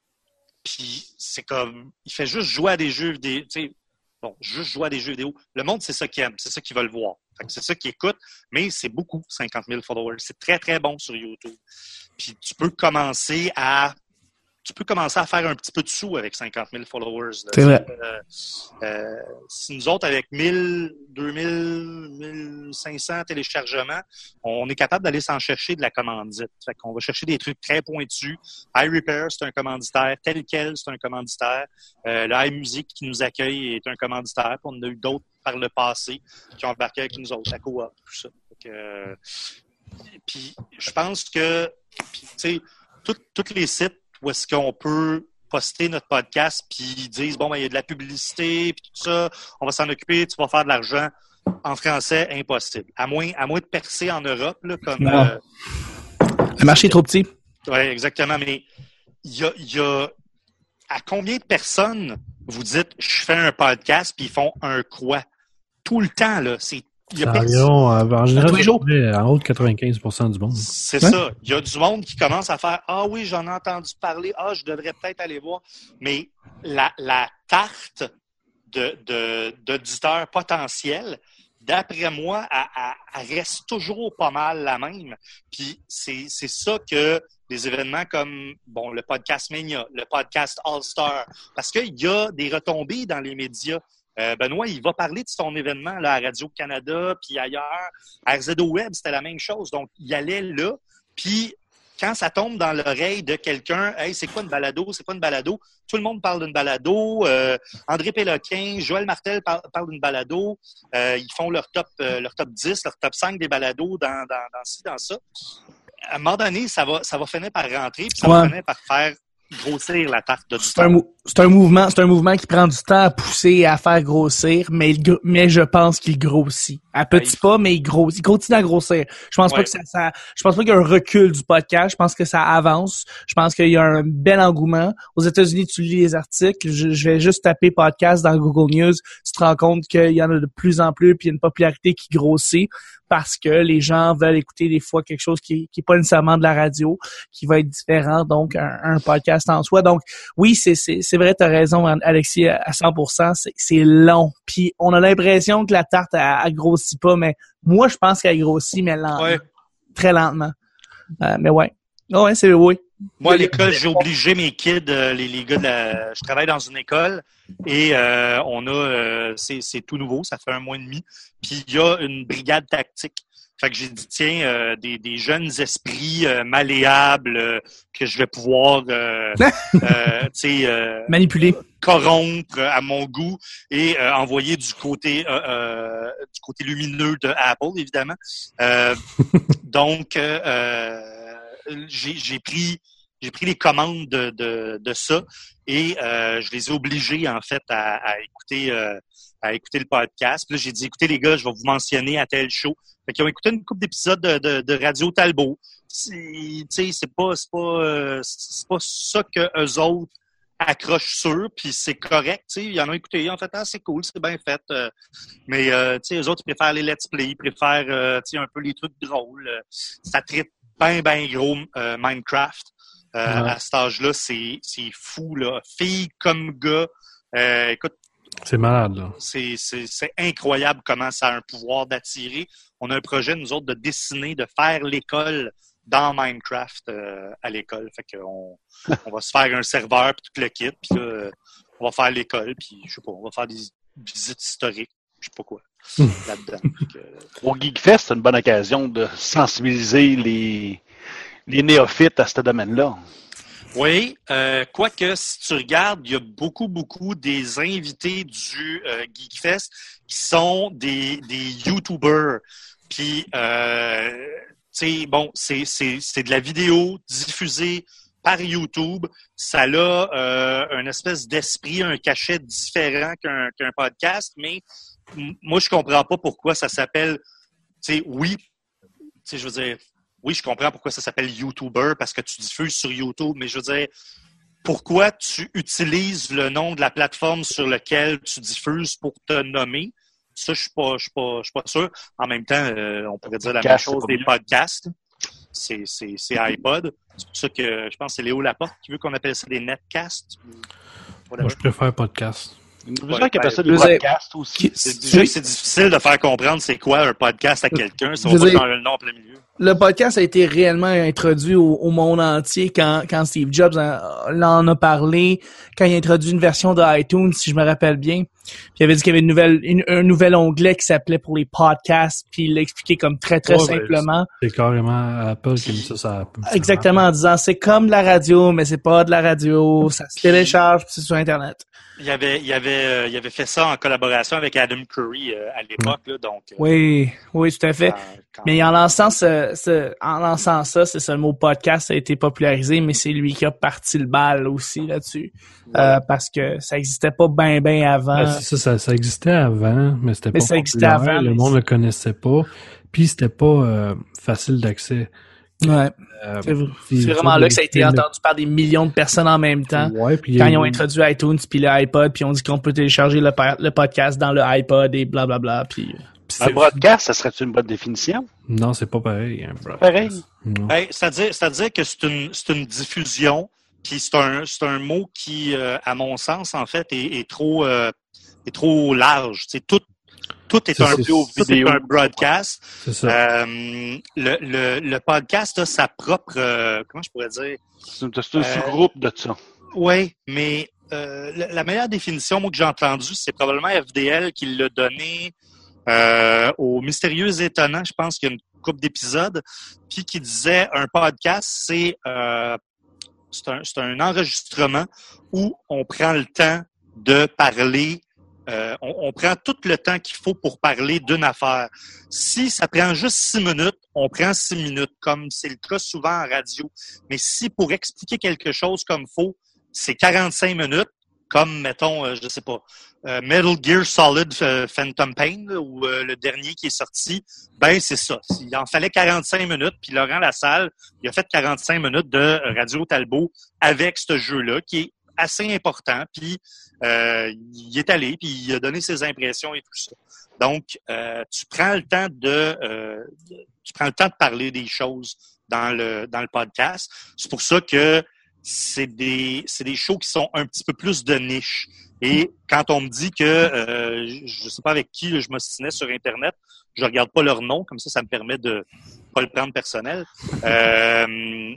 Puis c'est comme, il fait juste jouer à des jeux vidéo. Tu sais, bon, juste jouer à des jeux vidéo. Le monde, c'est ça qu'ils aiment, c'est ça qu'ils veulent voir. Fait que c'est ça qu'ils écoutent, mais c'est beaucoup, cinquante mille followers. C'est très, très bon sur YouTube. Puis tu peux commencer à tu peux commencer à faire un petit peu de sous avec cinquante mille followers. Là. C'est vrai. Euh, euh, si nous autres, avec mille, deux mille, mille cinq cents téléchargements, on est capable d'aller s'en chercher de la commandite. Fait qu'on va chercher des trucs très pointus. iRepair, c'est un commanditaire. Tel quel, c'est un commanditaire. Euh, le iMusic qui nous accueille est un commanditaire. Puis on en a eu d'autres par le passé qui ont embarqué avec nous autres, la coop, tout ça. Fait que, euh, puis je pense que, tu sais, tous les sites où est-ce qu'on peut poster notre podcast puis ils disent, bon, ben, il y a de la publicité puis tout ça, on va s'en occuper, tu vas faire de l'argent. En français, impossible. À moins, à moins de percer en Europe, là, comme... Euh, le marché est trop petit. Oui, exactement. Mais il y a, y a... À combien de personnes vous dites, je fais un podcast puis ils font un quoi? Tout le temps, là. C'est Il y a environ, en général, en haut de quatre-vingt-quinze pour cent du monde. C'est ouais. ça. Il y a du monde qui commence à faire « Ah oui, j'en ai entendu parler. Ah, je devrais peut-être aller voir. » Mais la, la tarte de, de, d'auditeurs potentiels d'après moi, elle, elle, elle reste toujours pas mal la même. Puis c'est, c'est ça que des événements comme bon le podcast Mania, le podcast All-Star, parce qu'il y a des retombées dans les médias. Euh, Benoît, il va parler de son événement là, à Radio-Canada, puis ailleurs. À R Z O Web, c'était la même chose. Donc, il allait là, puis quand ça tombe dans l'oreille de quelqu'un, « Hey, c'est quoi une balado? C'est quoi une balado? » Tout le monde parle d'une balado. Euh, André Péloquin, Joël Martel parle, parle d'une balado. Euh, ils font leur top, euh, leur top dix, leur top cinq des balados dans, dans, dans ci, dans ça. À un moment donné, ça va, ça va finir par rentrer, puis ça ouais. va finir par faire grossir la tarte de du c'est un, mou- c'est un mouvement, c'est un mouvement qui prend du temps à pousser et à faire grossir, mais il, mais je pense qu'il grossit. À petits pas, mais il grossit. Il continue à grossir. Je pense ouais. pas que ça, ça, je pense pas qu'il y a un recul du podcast. Je pense que ça avance. Je pense qu'il y a un bel engouement. Aux États-Unis, tu lis les articles. Je, je vais juste taper podcast dans Google News. Tu te rends compte qu'il y en a de plus en plus, puis il y a une popularité qui grossit parce que les gens veulent écouter des fois quelque chose qui, qui est pas nécessairement de la radio, qui va être différent, donc un, un podcast en soi. Donc oui, c'est, c'est, c'est vrai, t'as raison, Alexis, à cent pour cent. C'est, c'est long. Puis on a l'impression que la tarte, elle, elle grossit pas, mais moi, je pense qu'elle grossit, mais lentement. Ouais. Très lentement. Euh, mais ouais. Oh, ouais, c'est oui. Moi, à l'école, j'ai obligé mes kids, euh, les, les gars de la... Je travaille dans une école et euh, on a... Euh, c'est, c'est tout nouveau, ça fait un mois et demi. Puis il y a une brigade tactique. Fait que j'ai dit, tiens, euh, des, des jeunes esprits euh, malléables euh, que je vais pouvoir euh, euh, tu sais, euh, manipuler, corrompre à mon goût et euh, envoyer du côté euh, euh, du côté lumineux de Apple, évidemment. Euh, donc, euh, j'ai, j'ai pris j'ai pris les commandes de, de, de ça et euh, je les ai obligés, en fait, à, à écouter euh, à écouter le podcast. Puis là, j'ai dit, écoutez, les gars, je vais vous mentionner à tel show. Fait qu'ils ont écouté une couple d'épisodes de, de, de Radio Talbot. C'est, c'est pas, c'est pas, euh, c'est pas ça que eux autres accrochent sur, puis c'est correct. T'sais. Il y en a écouté, en fait, ah, c'est cool, c'est bien fait. Euh, mais euh, eux autres, ils préfèrent les let's play, ils préfèrent euh, un peu les trucs drôles. Ça traite bien, bien gros euh, Minecraft. Euh, ouais. À cet âge-là, c'est, c'est fou, là. Filles comme gars. Euh, écoute, c'est malade, là. C'est, c'est, c'est incroyable comment ça a un pouvoir d'attirer. On a un projet, nous autres, de dessiner, de faire l'école dans Minecraft euh, à l'école. Fait qu'on on va se faire un serveur puis tout le kit. Puis là, on va faire l'école. Puis je sais pas, on va faire des visites historiques. Je sais pas quoi. Là-dedans. Que... Au Geekfest, c'est une bonne occasion de sensibiliser les, les néophytes à ce domaine-là. Oui, euh, quoique si tu regardes, il y a beaucoup, beaucoup des invités du euh, Geekfest qui sont des, des YouTubers. Puis, euh, tu sais, bon, c'est, c'est, c'est de la vidéo diffusée par YouTube. Ça a euh, une espèce d'esprit, un cachet différent qu'un, qu'un podcast, mais m- moi, je comprends pas pourquoi ça s'appelle, tu sais, oui, tu sais, je veux dire... Oui, je comprends pourquoi ça s'appelle YouTuber, parce que tu diffuses sur YouTube, mais je veux dire, pourquoi tu utilises le nom de la plateforme sur laquelle tu diffuses pour te nommer? Ça, je suis pas, je suis pas, je suis pas sûr. En même temps, euh, on pourrait dire la même chose des podcasts. C'est, c'est, c'est iPod. C'est pour ça que je pense que c'est Léo Laporte qui veut qu'on appelle ça des netcasts. Moi, je préfère podcast. C'est vrai qu'il appelle ça des podcasts aussi. C'est, déjà que c'est difficile de faire comprendre c'est quoi un podcast à quelqu'un si on va changer le nom en plein milieu. Le podcast a été réellement introduit au, au monde entier quand, quand Steve Jobs en, en a parlé, quand il a introduit une version de iTunes, si je me rappelle bien. Puis il avait dit qu'il y avait une nouvelle, une, un nouvel onglet qui s'appelait pour les podcasts, puis il l'a expliqué comme très, très oh, simplement. C'est carrément Apple qui a mis ça sur Apple. Exactement, en disant c'est comme de la radio, mais c'est pas de la radio, ça se télécharge, puis c'est sur Internet. Il avait, il avait, euh, il avait fait ça en collaboration avec Adam Curry euh, à l'époque, là, donc. Euh, oui, oui, tout à fait. Quand, quand... Mais en lançant ce, ce, en lançant ça, c'est ça, le mot podcast a été popularisé, mais c'est lui qui a parti le bal aussi là-dessus, ouais. euh, parce que ça existait pas bien, bien avant. Ben, ça, ça, ça existait avant, mais c'était mais pas ça existait avant, le monde ne le connaissait pas, puis c'était pas euh, facile d'accès. Ouais. Euh, c'est, c'est vraiment là que ça a été entendu par des millions de personnes en même temps. Ouais, puis quand ils ont introduit iTunes puis le iPod, puis on dit qu'on peut télécharger le, le podcast dans le iPod et blablabla. Puis, puis un broadcast, ça serait une bonne définition? Non, c'est pas pareil. Un broadcast. Pareil. Hey, c'est-à-dire, c'est-à-dire que c'est une, c'est une diffusion, puis c'est un, c'est un mot qui, euh, à mon sens, en fait, est, est trop, euh, est trop large. C'est tout. Tout est C'est- un c'est- tout vidéo. est un broadcast. C'est ça. Euh, le, le, le podcast a sa propre, euh, comment je pourrais dire? C'est c'est un Euh, sous-groupe de ça. Oui, mais euh, la, la meilleure définition, moi, que j'ai entendue, c'est probablement F D L qui l'a donné euh, au Mystérieux Étonnant, je pense qu'il y a une couple d'épisodes, puis qui disait un podcast, c'est euh, c'est un, c'est un enregistrement où on prend le temps de parler. Euh, on, on prend tout le temps qu'il faut pour parler d'une affaire. Si ça prend juste six minutes, on prend six minutes, comme c'est le cas souvent en radio. Mais si pour expliquer quelque chose comme faut, c'est quarante-cinq minutes, comme, mettons, euh, je sais pas, euh, Metal Gear Solid euh, Phantom Pain, là, ou euh, le dernier qui est sorti, ben c'est ça. Il en fallait quarante-cinq minutes, puis Laurent Lassalle, il a fait quarante-cinq minutes de Radio Talbot avec ce jeu-là, qui est assez important, puis euh, il est allé, puis il a donné ses impressions et tout ça. Donc, euh, tu prends le temps de, euh, de tu prends le temps de parler des choses dans le dans le podcast. C'est pour ça que c'est des c'est des shows qui sont un petit peu plus de niche. Et quand on me dit que euh, je sais pas avec qui là, je m'ostinais sur Internet, je regarde pas leur nom, comme ça, ça me permet de pas le prendre personnel. Euh,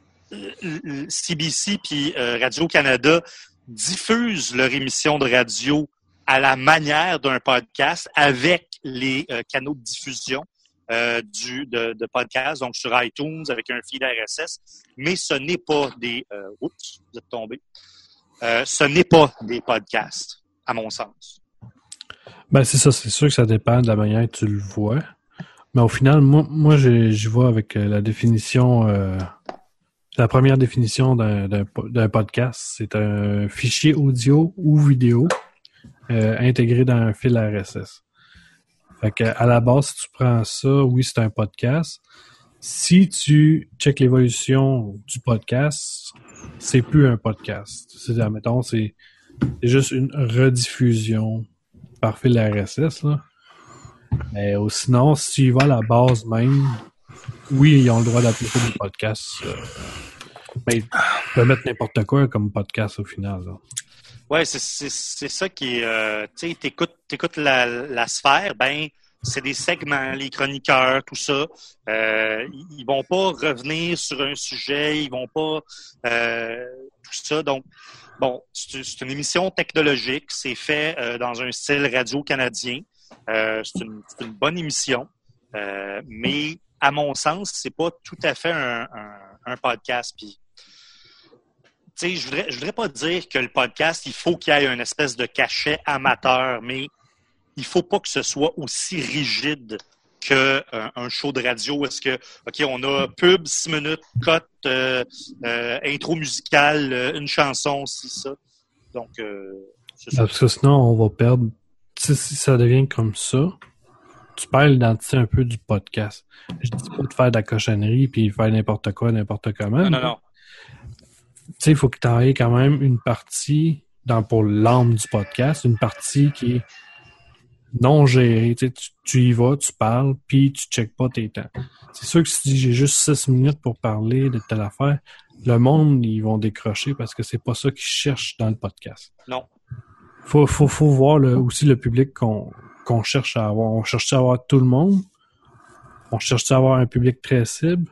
C B C puis euh, Radio-Canada diffusent leur émission de radio à la manière d'un podcast avec les euh, canaux de diffusion euh, du de, de podcast, donc sur iTunes avec un feed R S S, mais ce n'est pas des euh, oups, vous êtes tombé. Euh, ce n'est pas des podcasts, à mon sens. Ben, c'est ça, c'est sûr que ça dépend de la manière que tu le vois. Mais au final, moi, moi j'y j'y vois avec euh, la définition, euh, la première définition d'un, d'un, d'un podcast. C'est un fichier audio ou vidéo euh, intégré dans un fil R S S. Fait que, à la base, si tu prends ça, oui, c'est un podcast. Si tu checkes l'évolution du podcast, c'est plus un podcast. C'est, admettons, c'est, c'est juste une rediffusion par fil R S S, là. Mais euh, sinon, si tu y vas à la base même, oui, ils ont le droit d'appeler ça des podcasts. Euh, mais tu peux mettre n'importe quoi comme podcast au final, là. Ouais, c'est, c'est, c'est ça qui est... Euh, tu sais, t'écoutes, t'écoutes la, la sphère, ben c'est des segments, les chroniqueurs, tout ça. Euh, ils vont pas revenir sur un sujet, ils vont pas... Euh, tout ça, donc... Bon, c'est, c'est une émission technologique, c'est fait euh, dans un style radio canadien. Euh, c'est, une, c'est une bonne émission, euh, mais à mon sens, c'est pas tout à fait un, un, un podcast. Puis, tu sais, je voudrais, je voudrais pas dire que le podcast, il faut qu'il y ait une espèce de cachet amateur, mais il faut pas que ce soit aussi rigide que euh, un show de radio. Est-ce que, OK, on a pub, six minutes, cote, euh, euh, intro musicale, euh, une chanson, c'est ça. Donc, euh, c'est ça. Parce que sinon, on va perdre. Tu sais, si ça devient comme ça, tu perds l'identité un peu du podcast. Je dis pas de faire de la cochonnerie puis faire n'importe quoi, n'importe comment. Non, non, non. Tu sais, il faut que tu aies quand même une partie dans, pour l'âme du podcast, une partie qui est non gérée. Tu, sais, tu, tu y vas, tu parles, puis tu checkes pas tes temps. C'est sûr que si tu dis j'ai juste six minutes pour parler de telle affaire, le monde, ils vont décrocher parce que c'est pas ça qu'ils cherchent dans le podcast. Non. Faut, faut, faut voir le, aussi le public qu'on, qu'on cherche à avoir. On cherche à avoir tout le monde? On cherche à avoir un public très cible?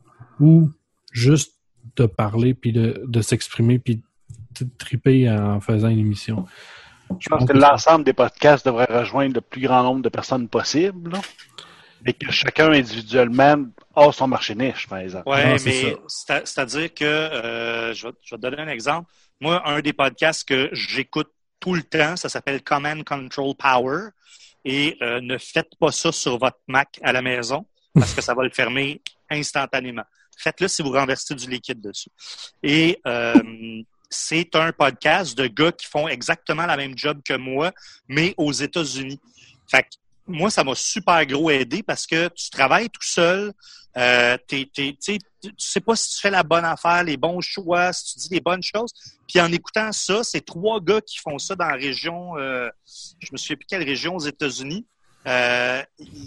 Ou juste de parler puis de, de s'exprimer puis de triper en faisant une émission? Je pense que l'ensemble des podcasts devrait rejoindre le plus grand nombre de personnes possible, là, et que chacun individuellement a son marché niche, par exemple. Oui, Non, mais c'est c'est c'est-à-dire que, euh, je, vais, je vais te donner un exemple. Moi, un des podcasts que j'écoute tout le temps, ça s'appelle Command Control Power, et euh, ne faites pas ça sur votre Mac à la maison, parce que ça va le fermer instantanément. Faites-le si vous renversez du liquide dessus. Et euh, c'est un podcast de gars qui font exactement la même job que moi, mais aux États-Unis. Fait que moi, ça m'a super gros aidé parce que tu travailles tout seul, euh, t'es, t'es, tu sais pas si tu fais la bonne affaire, les bons choix, si tu dis les bonnes choses. Puis en écoutant ça, c'est trois gars qui font ça dans la région, euh, je me souviens plus quelle région aux États-Unis. Euh,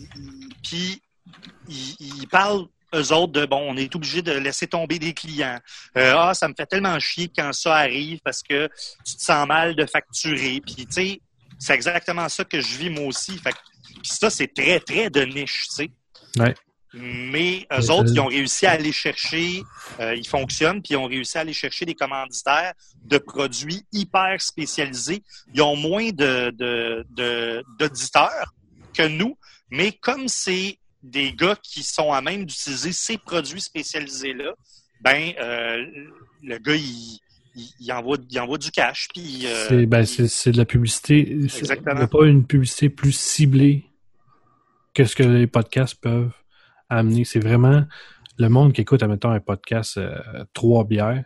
puis ils, ils parlent eux autres de, bon, on est obligé de laisser tomber des clients. Euh, ah, ça me fait tellement chier quand ça arrive parce que tu te sens mal de facturer. Puis, tu sais, c'est exactement ça que je vis moi aussi. Fait que Puis ça, c'est très, très de niche, tu sais. Ouais. Mais eux autres, ils ont réussi à aller chercher, euh, ils fonctionnent, puis ils ont réussi à aller chercher des commanditaires de produits hyper spécialisés. Ils ont moins de, de, de, d'auditeurs que nous, mais comme c'est des gars qui sont à même d'utiliser ces produits spécialisés-là, ben euh, le gars, il, il, il, envoie, il envoie du cash. Puis, euh, c'est, ben, c'est, c'est de la publicité. Exactement. Il n'y a pas une publicité plus ciblée que ce que les podcasts peuvent amener. C'est vraiment le monde qui écoute, admettons, un podcast euh, Trois Bières.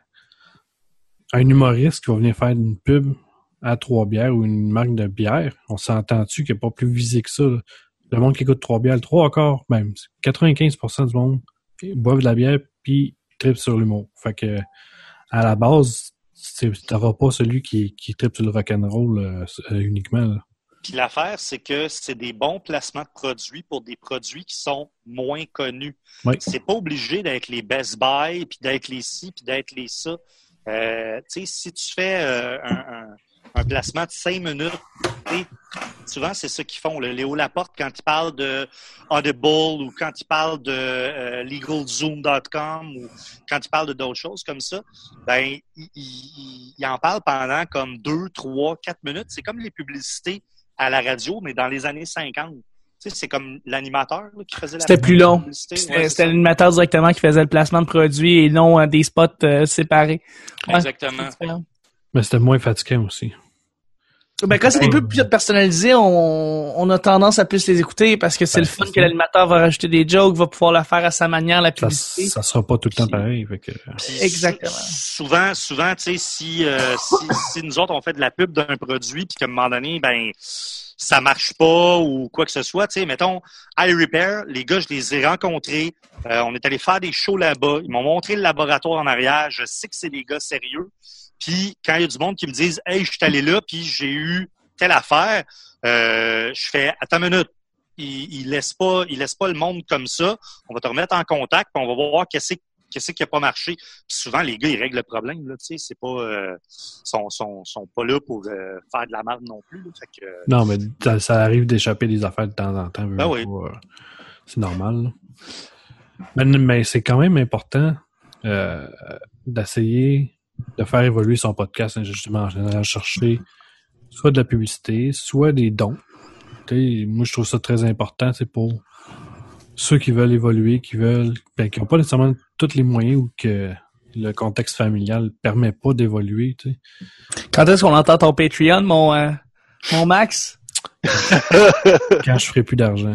Un humoriste qui va venir faire une pub à Trois Bières ou une marque de bière, on s'entend-tu qu'il n'y a pas plus visé que ça, là? Le monde qui écoute Trois Bières, le trois encore, même, quatre-vingt-quinze pour cent du monde boivent de la bière puis tripe sur l'humour. Fait que, à la base, tu n'auras pas celui qui, qui tripe sur le rock'n'roll euh, uniquement, là. Puis l'affaire, c'est que c'est des bons placements de produits pour des produits qui sont moins connus. Oui. C'est pas obligé d'être les Best Buy, puis d'être les ci, puis d'être les ça. Euh, tu sais, si tu fais euh, un, un, un placement de cinq minutes, souvent c'est ça qu'ils font. Là. Léo Laporte, quand il parle de Audible ou quand il parle de euh, legal zoom dot com ou quand il parle de d'autres choses comme ça, ben il, il, il en parle pendant comme deux, trois, quatre minutes. C'est comme les publicités à la radio, mais dans les années cinquante. Tu sais, c'est comme l'animateur là, qui faisait la C'était plus long. C'était, ouais, c'était l'animateur directement qui faisait le placement de produits et non euh, des spots euh, séparés. Ouais, exactement. Mais c'était moins fatigant aussi. Ben, quand c'est des pubs plus personnalisés, on, on a tendance à plus les écouter parce que c'est ben, le fun c'est que l'animateur va rajouter des jokes, va pouvoir la faire à sa manière, la publicité. Ça, ça sera pas tout le temps pareil. Fait que... Exactement. Souvent, souvent, tu sais, si, euh, si, si nous autres, on fait de la pub d'un produit puis qu'à un moment donné, ben, ça marche pas ou quoi que ce soit, tu sais, mettons, iRepair, les gars, je les ai rencontrés, euh, on est allé faire des shows là-bas, ils m'ont montré le laboratoire en arrière, je sais que c'est des gars sérieux. Puis quand il y a du monde qui me disent « Hey, je suis allé là, puis j'ai eu telle affaire euh, », je fais « Attends une minute, il, il laisse pas il laisse pas le monde comme ça, on va te remettre en contact, puis on va voir qu'est-ce, qu'est-ce qui a pas marché. » Puis souvent, les gars, ils règlent le problème, là, tu sais, c'est pas... Euh, sont, sont, sont pas là pour euh, faire de la merde non plus. Là, fait que, euh... Non, mais ça, ça arrive d'échapper des affaires de temps en temps. Ben oui. Pas, euh, c'est normal. Là. Mais, mais c'est quand même important euh, d'essayer... de faire évoluer son podcast, justement, en général, chercher soit de la publicité, soit des dons. T'sais, moi, je trouve ça très important, c'est pour ceux qui veulent évoluer, qui veulent, ben, qui n'ont pas nécessairement tous les moyens ou que le contexte familial ne permet pas d'évoluer. T'sais. Quand est-ce qu'on entend ton Patreon, mon, euh, mon Max? Quand je ferai plus d'argent.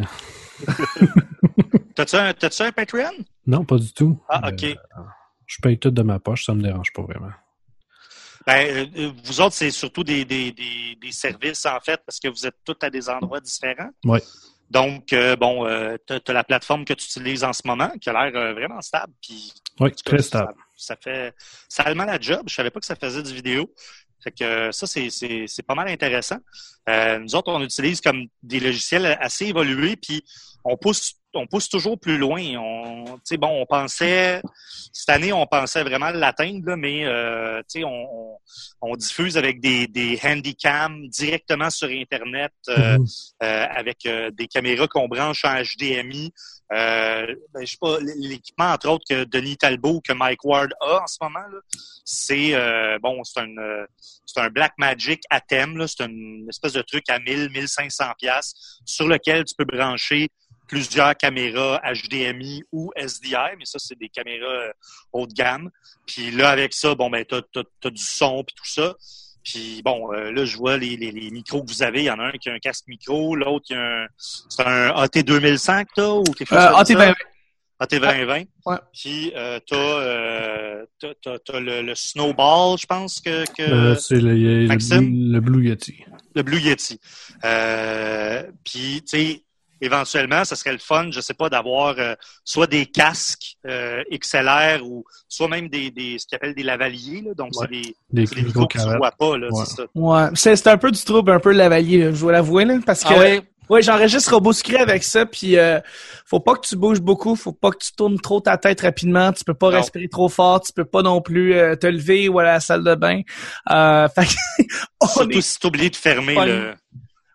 T'as-tu un, t'as-tu un Patreon? Non, pas du tout. Ah, OK. Euh, Je paye tout de ma poche, ça me dérange pas vraiment. Ben, euh, vous autres, c'est surtout des, des, des, des services, en fait, parce que vous êtes tous à des endroits différents. Oui. Donc, euh, bon, euh, tu as la plateforme que tu utilises en ce moment, qui a l'air euh, vraiment stable. Puis, oui, très cas, stable. Ça, ça fait ça a la job. Je savais pas que ça faisait du vidéo. Fait que euh, ça, c'est, c'est, c'est pas mal intéressant. Euh, nous autres, on utilise comme des logiciels assez évolués, puis on pousse on pousse toujours plus loin. On, tu sais, bon, on pensait cette année, on pensait vraiment l'atteindre, là, mais euh, tu sais, on, on, on diffuse avec des, des handycams directement sur Internet, euh, mm-hmm. euh, avec euh, des caméras qu'on branche en H D M I. Euh, ben, je sais pas, l'équipement entre autres que Denis Talbot, que Mike Ward a en ce moment, là, c'est euh, bon, c'est un euh, c'est un Blackmagic à thème, là, c'est une espèce de truc à mille, mille cinq cents piastres sur lequel tu peux brancher plusieurs caméras H D M I ou S D I, mais ça, c'est des caméras euh, haut de gamme. Puis là, avec ça, bon, ben, t'as, t'as, t'as du son puis tout ça. Puis bon, euh, là, je vois les, les, les micros que vous avez. Il y en a un qui a un casque micro, l'autre qui a un... C'est un A T deux mille cinq, toi, ou quelque chose euh, comme A T vingt vingt. A T vingt vingt. Ouais. Puis euh, t'as, euh, t'as, t'as, t'as le, le Snowball, je pense que... que... Euh, c'est le, le, le Blue Yeti. Le Blue Yeti. Euh, puis, tu sais... Éventuellement, ça serait le fun, je sais pas, d'avoir euh, soit des casques euh, X L R ou soit même des, des ce qu'ils appellent des lavaliers. Là. Donc, ouais. c'est des, des, c'est des micros que tu vois pas. Là, ouais. c'est ça. Ouais, c'est, c'est un peu du trouble, un peu le lavalier, là, je dois l'avouer. Là, parce que, ah ouais, ouais, j'enregistre Robot Secret avec ça, puis euh, faut pas que tu bouges beaucoup, faut pas que tu tournes trop ta tête rapidement, tu peux pas non. respirer trop fort, tu peux pas non plus euh, te lever ou aller à la salle de bain. Euh, fait Surtout est... si t'oublies de fermer fun. le...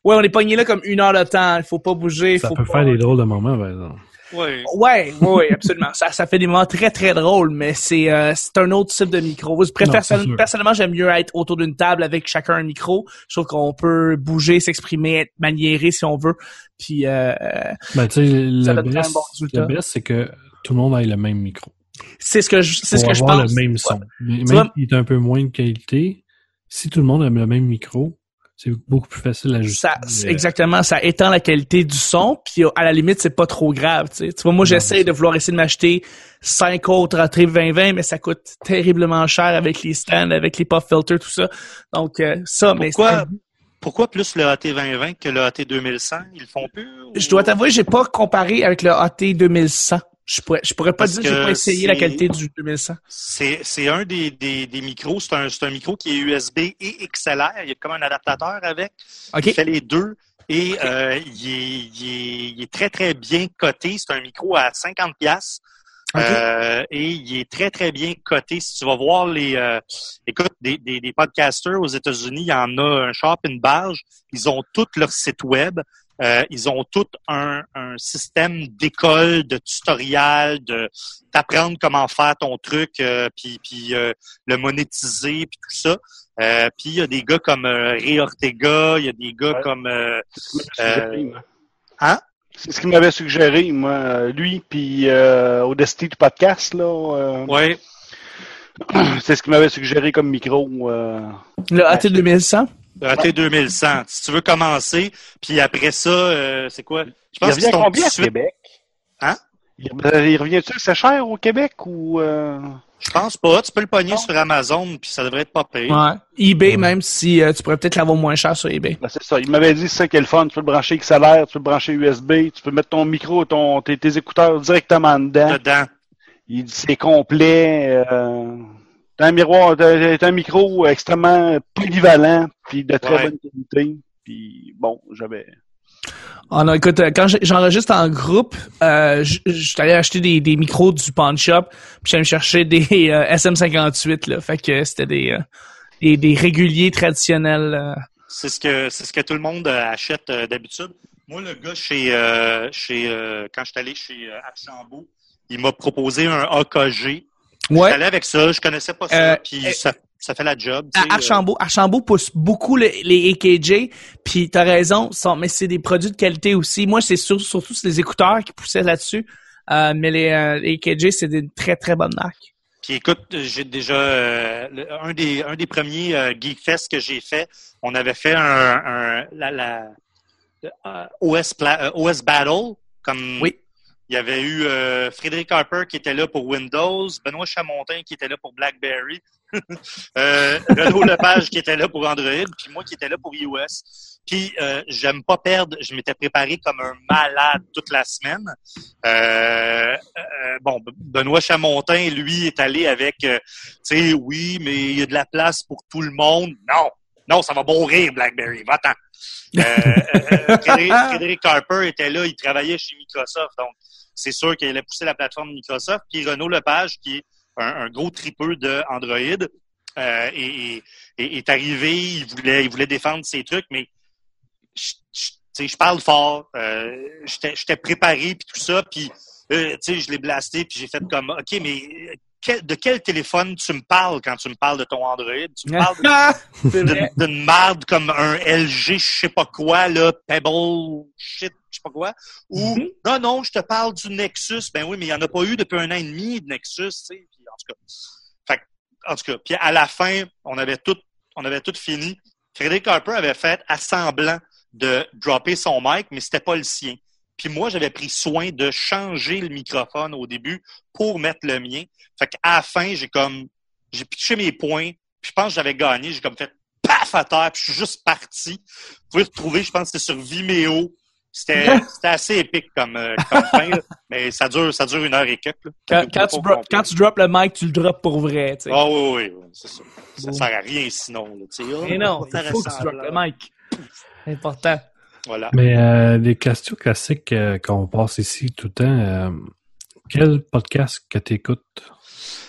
Ouais, on est pogné là comme une heure de temps. Il faut pas bouger. Ça faut peut pas... faire des drôles de moments, par exemple. Oui. Ouais, ouais, ouais, absolument. ça, ça fait des moments très, très drôles, mais c'est, euh, c'est un autre type de micro. Je préfère, Non, personnellement, j'aime mieux être autour d'une table avec chacun un micro. Je trouve qu'on peut bouger, s'exprimer, être maniéré si on veut. Puis, euh, ben, tu sais, le best, bon le best, c'est que tout le monde ait le même micro. C'est ce que je, c'est ce que je pense. Pour avoir le même son. Ouais. Même s'il est un peu moins de qualité, si tout le monde a le même micro, c'est beaucoup plus facile à ajuster. Ça, exactement, ça étend la qualité du son, puis à la limite, c'est pas trop grave, tu sais. Tu vois, moi, j'essaie de vouloir essayer de m'acheter cinq autres A T vingt vingt, mais ça coûte terriblement cher avec les stands, avec les pop filters, tout ça. Donc, euh, ça, mais... Pourquoi, pourquoi plus le A T vingt vingt que le A T deux mille cent? Ils le font plus? Ou... Je dois t'avouer, j'ai pas comparé avec le A T deux mille cent. Je pourrais, je pourrais pas Parce dire que j'ai pas essayé la qualité du deux mille cent. C'est, c'est un des, des, des micros. C'est un, c'est un micro qui est U S B et X L R. Il y a comme un adaptateur avec. Okay. Il fait les deux. Et okay. euh, il, est, il, est, il est très, très bien coté. C'est un micro à cinquante dollars. Okay. Euh, et il est très, très bien coté. Si tu vas voir les... Euh, écoute, des, des, des podcasters aux États-Unis, il y en a un shop, une barge. Ils ont tout leur site web. Euh, ils ont tout un, un système d'école, de tutoriel, de t'apprendre comment faire ton truc, euh, puis puis euh, le monétiser, puis tout ça. Euh, puis il y a des gars comme euh, Ray Ortega, il y a des gars ouais. comme euh, euh, hein? C'est ce qu'il m'avait suggéré, moi, lui, puis euh, Audacity du podcast là. Euh, ouais. C'est ce qu'il m'avait suggéré comme micro. Euh, le A T deux mille cent. Le A T deux mille cent. Si tu veux commencer, puis après ça, euh, c'est quoi? Je pense il revient combien à Québec? Hein? Il, il revient-tu que c'est cher au Québec ou... Euh... Je pense pas. Tu peux le pogner non. sur Amazon, puis ça devrait être pas payé. Ouais. eBay, ouais. Même si euh, tu pourrais peut-être l'avoir moins cher sur eBay. Ben, c'est ça. Il m'avait dit c'est ça qui est le fun. Tu peux le brancher X L R, tu peux le brancher U S B, tu peux mettre ton micro, ton, tes, tes écouteurs directement dedans. Dedans. Il dit c'est complet. Euh... T'as un miroir, t'as, t'as un micro extrêmement polyvalent, puis de très ouais. bonne qualité. Puis bon, j'avais... Oh non, écoute, quand j'enregistre en groupe, euh, je suis allé acheter des, des micros du pawn shop, puis j'allais me chercher des euh, S M cinquante-huit, là. Fait que c'était des, euh, des, des réguliers traditionnels. Euh. C'est ce que c'est ce que tout le monde achète euh, d'habitude. Moi, le gars chez euh, chez euh, quand je suis allé chez euh, Archambault, il m'a proposé un A K G. Ouais. Je suis allé avec ça, je connaissais pas ça, euh, puis euh, ça, ça fait la job. À Archambault, euh... Archambault pousse beaucoup le, les A K J, puis t'as raison, sont, mais c'est des produits de qualité aussi. Moi, c'est sur, surtout c'est les écouteurs qui poussaient là-dessus, euh, mais les, euh, les A K J, c'est des très très bonnes marques. Puis écoute, j'ai déjà euh, un des un des premiers euh, Geekfest que j'ai fait, on avait fait un, un la, la euh, O S Pla- euh, O S Battle comme. Oui. Il y avait eu euh, Frédéric Harper qui était là pour Windows, Benoît Chamontin qui était là pour BlackBerry, euh, Renaud Lepage qui était là pour Android, puis moi qui étais là pour iOS. Puis euh, j'aime pas perdre, je m'étais préparé comme un malade toute la semaine. Euh, euh, bon, Benoît Chamontin, lui, est allé avec, euh, tu sais, oui, mais il y a de la place pour tout le monde. Non, non, ça va mourir BlackBerry, va-t'en. Euh, euh, Frédéric, Frédéric Harper était là, il travaillait chez Microsoft, donc c'est sûr qu'il allait pousser la plateforme Microsoft. Puis Renaud Lepage, qui est un, un gros tripeux de Android, euh, et, et, est arrivé, il voulait, il voulait défendre ses trucs, mais je, je, je parle fort, euh, j'étais, j'étais préparé puis tout ça, puis euh, tu sais, je l'ai blasté, puis j'ai fait comme, ok, mais quel, de quel téléphone tu me parles quand tu me parles de ton Android? Tu me parles d'une, d'une merde comme un L G, je sais pas quoi, là, Pebble, shit, je sais pas quoi. Ou, mm-hmm. non, non, je te parle du Nexus. Ben oui, mais il y en a pas eu depuis un an et demi de Nexus, tu sais. Puis, en tout cas, fait, en tout cas, puis à la fin, on avait tout, on avait tout fini. Frédéric Harper avait fait assemblant de dropper son mic, mais c'était pas le sien. Puis moi, j'avais pris soin de changer le microphone au début pour mettre le mien. Fait qu'à la fin, j'ai comme, j'ai pitché mes points, puis je pense que j'avais gagné. J'ai comme fait paf à terre, puis je suis juste parti. Vous pouvez retrouver, je pense que c'était sur Vimeo. C'était, c'était assez épique comme, euh, comme fin, là. Mais ça dure, ça dure une heure et quelques. Quand, quand, tu drop, quand tu drops le mic, tu le drops pour vrai. Ah oh, oui, oui, oui, c'est ça. Ça bon. Sert à rien sinon. Là, oh, mais non, il faut que tu drops le mic. C'est important. Voilà. Mais euh, des questions classiques euh, qu'on passe ici tout le temps. Euh, quel podcast que tu écoutes?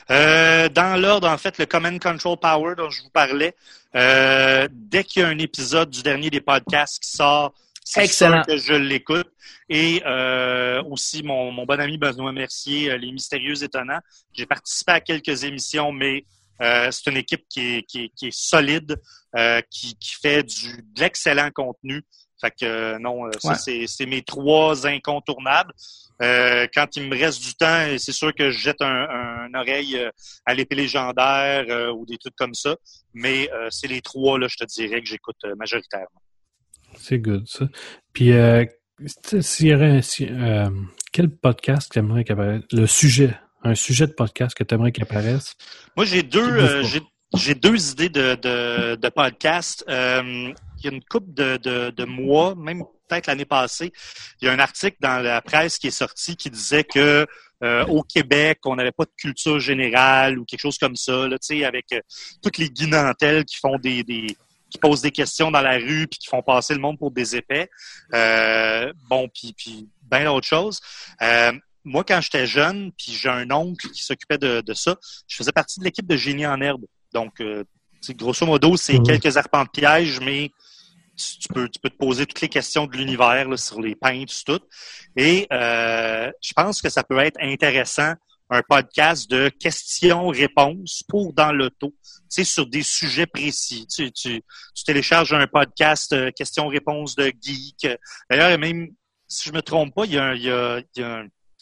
Euh, dans l'ordre, en fait, le Command Control Power dont je vous parlais, euh, dès qu'il y a un épisode du dernier des podcasts qui sort, c'est Excellent. sûr que je l'écoute. Et euh, aussi, mon, mon bon ami Benoît Mercier, euh, Les Mystérieux Étonnants. J'ai participé à quelques émissions, mais euh, c'est une équipe qui est, qui est, qui est solide, euh, qui, qui fait du, de l'excellent contenu. Fait que euh, non, euh, ça, Ouais. c'est, c'est mes trois incontournables. Euh, quand il me reste du temps, c'est sûr que je jette un, un, un oreille euh, à l'épée légendaire euh, ou des trucs comme ça. Mais euh, c'est les trois, là, je te dirais, que j'écoute euh, majoritairement. C'est good, ça. Puis, euh, s'il y aurait, si, euh, quel podcast tu aimerais qu'il apparaisse? Le sujet, un sujet de podcast que tu aimerais qu'il apparaisse? Moi, j'ai deux, euh, j'ai, j'ai deux idées de, de, de podcast. Euh, il y a une couple de, de, de mois, même peut-être l'année passée, il y a un article dans la presse qui est sorti qui disait que euh, au Québec, on n'avait pas de culture générale ou quelque chose comme ça, là, tu sais, avec euh, toutes les guinantelles qui font des, des qui posent des questions dans la rue puis qui font passer le monde pour des épais. Euh, bon, puis puis bien d'autres choses. Euh, moi, quand j'étais jeune, puis j'ai un oncle qui s'occupait de, de ça, je faisais partie de l'équipe de Génie en herbe. Donc, euh, grosso modo, c'est mmh. quelques arpents de piège, mais tu, tu peux tu peux te poser toutes les questions de l'univers là, sur les peintres, tout. Et euh, je pense que ça peut être intéressant, un podcast de questions-réponses pour dans l'auto, tu sais, sur des sujets précis. Tu, tu, tu télécharges un podcast euh, questions-réponses de geek. D'ailleurs, même, si je me trompe pas, il y a un, il y a, il y a un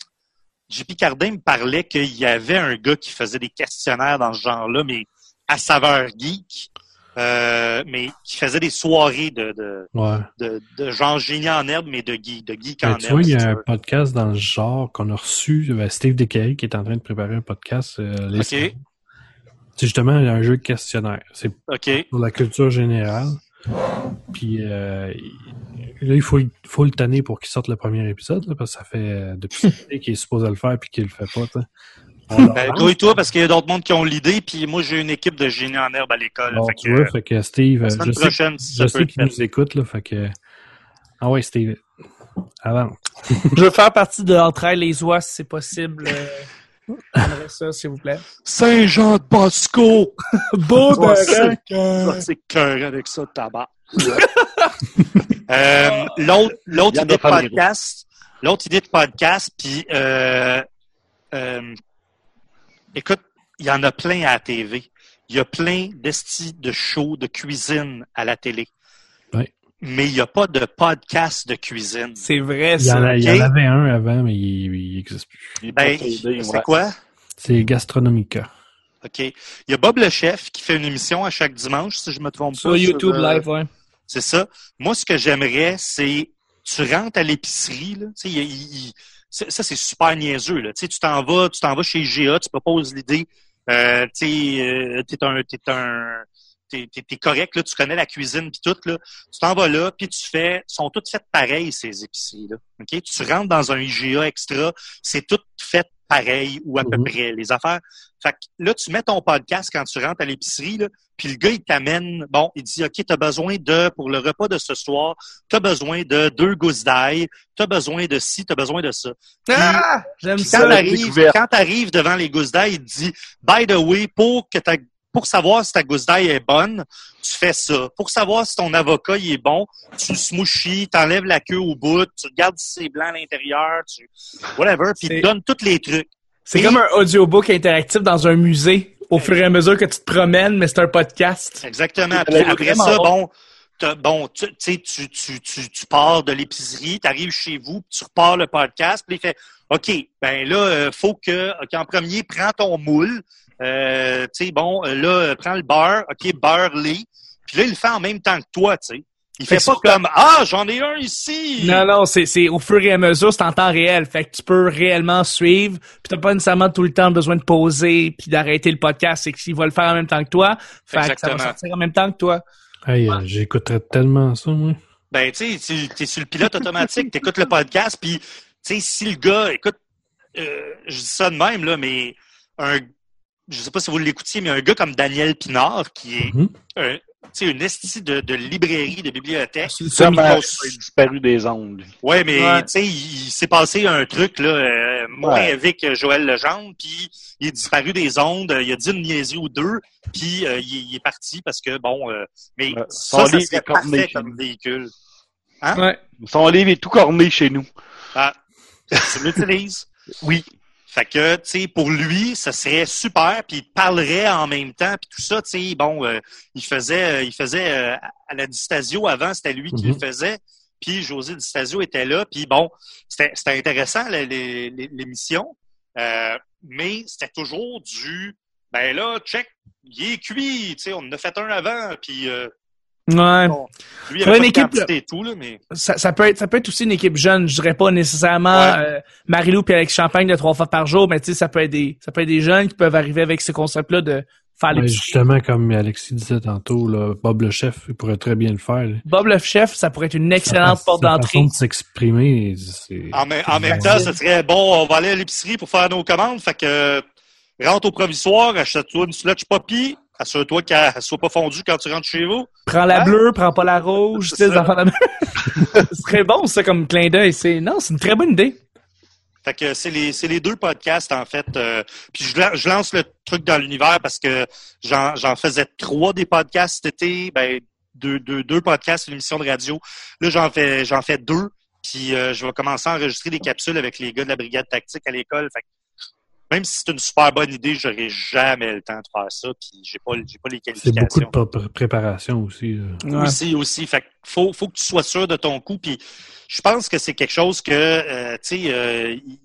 J P Cardin me parlait qu'il y avait un gars qui faisait des questionnaires dans ce genre-là, mais à saveur geek, euh, mais qui faisait des soirées de de, ouais. de, de genre génie en herbe, mais de geek, de geek ben, en tu herbe. Vois, il y a si un podcast dans le genre qu'on a reçu, ben, Steve Descaries qui est en train de préparer un podcast. Euh, les... OK. C'est justement un jeu de questionnaire. C'est OK. pour la culture générale. Puis euh, là, il faut, faut le tanner pour qu'il sorte le premier épisode, là, parce que ça fait euh, depuis qu'il est supposé le faire puis qu'il le fait pas. Ben, grouille-toi parce qu'il y a d'autres mondes qui ont l'idée, puis moi j'ai une équipe de génie en herbe à l'école. Bon, fait tu que, vois, fait que Steve, la je semaine sais, prochaine, si je ça sais peut qu'il nous écoute, là, fait que... Ah ouais, Steve, avant. Je veux faire partie de Entrailles les oies, si c'est possible. Euh, J'aimerais ça, s'il vous plaît. Saint-Jean de Bosco! Beau Oh, de c'est, c'est cœur avec ça, tabac. euh, l'autre, l'autre idée de podcast, l'autre idée de podcast, puis euh, euh, écoute, il y en a plein à la T V. Il y a plein d'estis de shows de cuisine à la télé. Oui. Mais il n'y a pas de podcast de cuisine. C'est vrai, il y, en ça. a, il y en avait un avant, mais il n'existe plus. Ben, c'est quoi? C'est Gastronomica. OK. Il y a Bob le Chef qui fait une émission à chaque dimanche, si je me trompe sur pas. YouTube sur YouTube Live, ouais. C'est ça. Moi, ce que j'aimerais, c'est tu rentres à l'épicerie, là, tu sais, il, il, ça, c'est super niaiseux, là. Tu sais, tu t'en vas, tu t'en vas chez G A, tu proposes l'idée, euh, tu sais, euh, t'es un, t'es un, t'es, t'es, t'es correct, là, tu connais la cuisine pis tout, là. Tu t'en vas là, puis tu fais, sont toutes faites pareilles, ces épiceries-là. OK? Tu rentres dans un I G A extra, c'est tout fait pareil ou à mm-hmm. peu près, les affaires. Fait que là, tu mets ton podcast quand tu rentres à l'épicerie, là, puis le gars, il t'amène, bon, il dit, OK, t'as besoin de, pour le repas de ce soir, t'as besoin de deux gousses d'ail, t'as besoin de ci, t'as besoin de ça. Puis, ah! J'aime puis ça. Quand t'arrives, quand t'arrives devant les gousses d'ail, il te dit, by the way, pour que ta, pour savoir si ta gousse d'ail est bonne, tu fais ça. Pour savoir si ton avocat, il est bon, tu le smouchies, t'enlèves la queue au bout, tu regardes si c'est blanc à l'intérieur, tu, whatever, puis il te donne tous les trucs. C'est et... comme un audiobook interactif dans un musée. Au fur et à mesure que tu te promènes, mais c'est un podcast. Exactement. Puis après ça, bon, bon, tu sais, tu, tu, tu, tu pars de l'épicerie, tu arrives chez vous, puis tu repars le podcast, puis il fait, OK, ben là, euh, faut que, OK, en premier, prends ton moule, euh, tu sais, bon, là, prends le beurre, OK, beurre-les, puis là, il le fait en même temps que toi, tu sais. Il fait, fait pas comme, ah, j'en ai un ici! Non, non, c'est, c'est au fur et à mesure, c'est en temps réel. Fait que tu peux réellement suivre, puis t'as pas nécessairement tout le temps besoin de poser puis d'arrêter le podcast. C'est qu'il va le faire en même temps que toi. Fait Exactement. Que ça va sortir en même temps que toi. Hey, ouais. J'écouterais tellement ça, moi. Ben, tu sais, t'es sur le pilote automatique, t'écoutes le podcast, puis, tu sais, si le gars, écoute, euh, je dis ça de même, là, mais un, je sais pas si vous l'écoutiez, mais un gars comme Daniel Pinard, qui est mm-hmm. un, sais, une esti de, de librairie, de bibliothèque. Ça m'a disparu des ondes. Ouais, mais Ouais. tu sais, il, il s'est passé un truc là, euh, moins Ouais. avec Joël Legendre, puis il est disparu des ondes. Il a dit une niaiserie ou deux, puis euh, il, il est parti parce que bon, euh, mais Ouais. ça, Son ça livre serait est corné parfait chez comme nous. véhicule. Hein? Ouais. Son livre est tout corné chez nous. Ah, tu l'utilises? Oui. Fait que, tu sais, pour lui, ça serait super, puis il parlerait en même temps, puis tout ça, tu sais, bon, euh, il faisait, euh, il faisait euh, à la Distasio avant, c'était lui qui Mhm. le faisait, puis José Distasio était là, puis bon, c'était, c'était intéressant les, les, les- l'émission, euh, mais c'était toujours du, ben là, check, il est cuit, tu sais, on en a fait un avant, puis euh, Ouais. bon, lui, il Ouais, avait une pas de équipe, quantité et tout, là, mais... Ça, ça peut être, ça peut être aussi une équipe jeune. Je dirais pas nécessairement Ouais. euh, Marie-Lou puis Alex Champagne de trois fois par jour, mais tu sais, ça peut être des, ça peut être des jeunes qui peuvent arriver avec ce concept-là de faire les Ouais, petits- justement, comme Alexis disait tantôt, là, Bob le chef, il pourrait très bien le faire. là. Bob le chef, ça pourrait être une Sa excellente fa- porte sa d'entrée. façon de s'exprimer, c'est... En, même- en même temps, ce serait bon, on va aller à l'épicerie pour faire nos commandes. Fait que euh, rentre au provisoire, achète-toi une slotch poppy, assure-toi qu'elle soit pas fondue quand tu rentres chez vous. Prends la Hein? bleue, prends pas la rouge, tu sais, C'est les ça. enfants de la Ce serait bon, ça, comme clin d'œil. C'est, non, c'est une très bonne idée. Fait que c'est les c'est les deux podcasts en fait. Euh, puis je, la- je lance le truc dans l'univers parce que j'en j'en faisais trois des podcasts cet été, ben deux deux deux podcasts, une émission de radio. Là j'en fais j'en fais deux. Puis euh, je vais commencer à enregistrer des capsules avec les gars de la brigade tactique à l'école. Fait que même si c'est une super bonne idée, j'aurais jamais le temps de faire ça. Puis j'ai pas j'ai pas les C'est beaucoup de qualifications. pr- pr- préparation aussi. là. Ouais. Aussi, aussi. Fait que faut, faut que tu sois sûr de ton coup. Puis je pense que c'est quelque chose que, euh, tu sais, euh, il,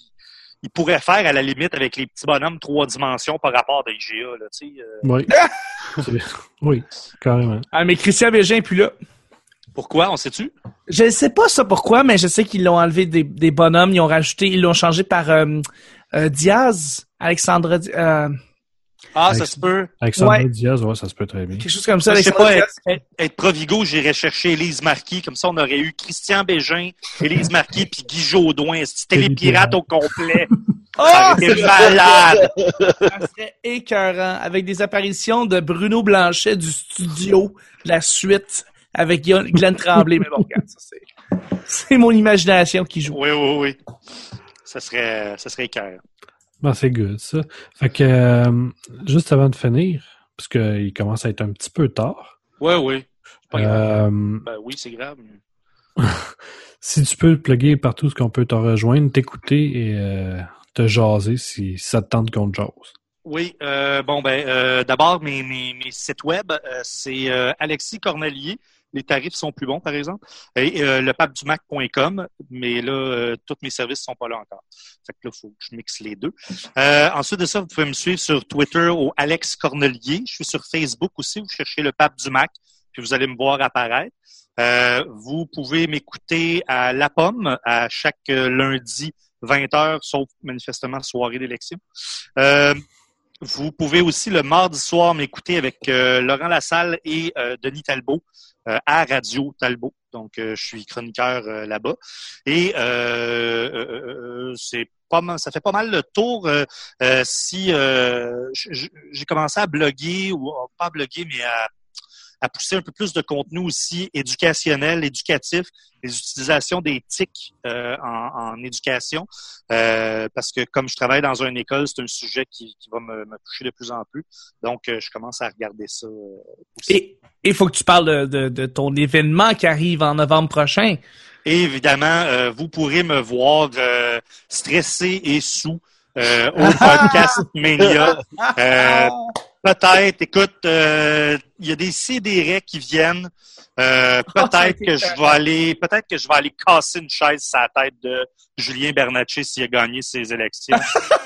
il pourrait faire à la limite avec les petits bonhommes trois dimensions par rapport à I G A, là, tu sais. euh. Oui. C'est- oui, carrément. Ah, mais Christian Bégin est plus là. Pourquoi? On sait-tu? Je ne sais pas ça pourquoi, mais je sais qu'ils l'ont enlevé des, des bonhommes, ils ont rajouté, ils l'ont changé par euh, euh, Diaz, Alexandre, Di- euh, Ah, Alex- ça se peut. Alexandre Ouais. Diaz, ouais, ça se peut très bien. quelque chose comme ça. Je sais Alexandre pas, Diaz. être, être Provigo, j'irais chercher Élise Marquis. Comme ça, on aurait eu Christian Bégin, Élise Marquis, puis Guy Jodoin. C'était les pirates au complet. Ça aurait été malade! Ça serait écœurant, avec des apparitions de Bruno Blanchet du studio, la suite, avec Guillaume- Glenn Tremblay. Mais bon, regarde, ça c'est, c'est mon imagination qui joue. Oui, oui, oui. Ça serait, ça serait écœurant. Ben, c'est good, ça. Fait que, euh, juste avant de finir, parce qu'il commence à être un petit peu tard, Oui, oui. C'est pas grave. euh, Ben oui, c'est grave. si tu peux le plugger partout ce qu'on peut te rejoindre, t'écouter et euh, te jaser si, si ça te tente qu'on te jase. Oui, euh, bon ben euh, d'abord mes, mes, mes sites web, euh, c'est euh, Alexis Cornelier. Les tarifs sont plus bons, par exemple. Et euh, le pape du mac point com, mais là, euh, tous mes services sont pas là encore. Fait que là, il faut que je mixe les deux. Euh, ensuite de ça, vous pouvez me suivre sur Twitter au Alex Cornelier. Je suis sur Facebook aussi, vous cherchez le pape du Mac, puis vous allez me voir apparaître. Euh, vous pouvez m'écouter à La Pomme à chaque euh, lundi vingt heures, sauf manifestement soirée d'élection. Euh, vous pouvez aussi le mardi soir m'écouter avec euh, Laurent Lassalle et euh, Denis Talbot euh, à Radio Talbot. Donc, euh, je suis chroniqueur euh, là-bas. Et euh, euh, c'est pas mal, ça fait pas mal le tour. Euh, euh, si euh, j'ai commencé à bloguer, ou pas à bloguer, mais à à pousser un peu plus de contenu aussi éducationnel, éducatif, les utilisations des T I C euh, en, en éducation, euh, parce que comme je travaille dans une école, c'est un sujet qui, qui va me, me toucher de plus en plus. Donc, euh, je commence à regarder ça euh, aussi. Et il faut que tu parles de, de, de ton événement qui arrive en novembre prochain. Et évidemment, euh, vous pourrez me voir euh, stressé et sous euh, au podcast Mania. Euh, Peut-être, écoute, il euh, y a des C D R qui viennent. Euh, peut-être que je vais aller, peut-être que je vais aller casser une chaise sur la tête de Julien Bernatchez s'il a gagné ses élections.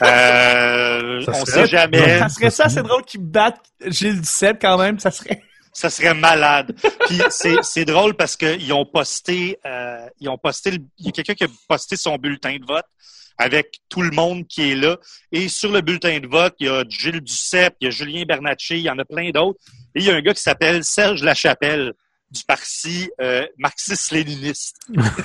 euh, on sait jamais. Ça serait ça, c'est drôle qu'il batte Gilles Duceppe quand même, ça serait. Ça serait malade. Puis c'est c'est drôle parce que ils ont posté, euh, ils ont posté, le, il y a quelqu'un qui a posté son bulletin de vote avec tout le monde qui est là. Et sur le bulletin de vote, il y a Gilles Duceppe, il y a Julien Bernatchez, il y en a plein d'autres. Et il y a un gars qui s'appelle Serge Lachapelle, du parti euh, marxiste-léniniste.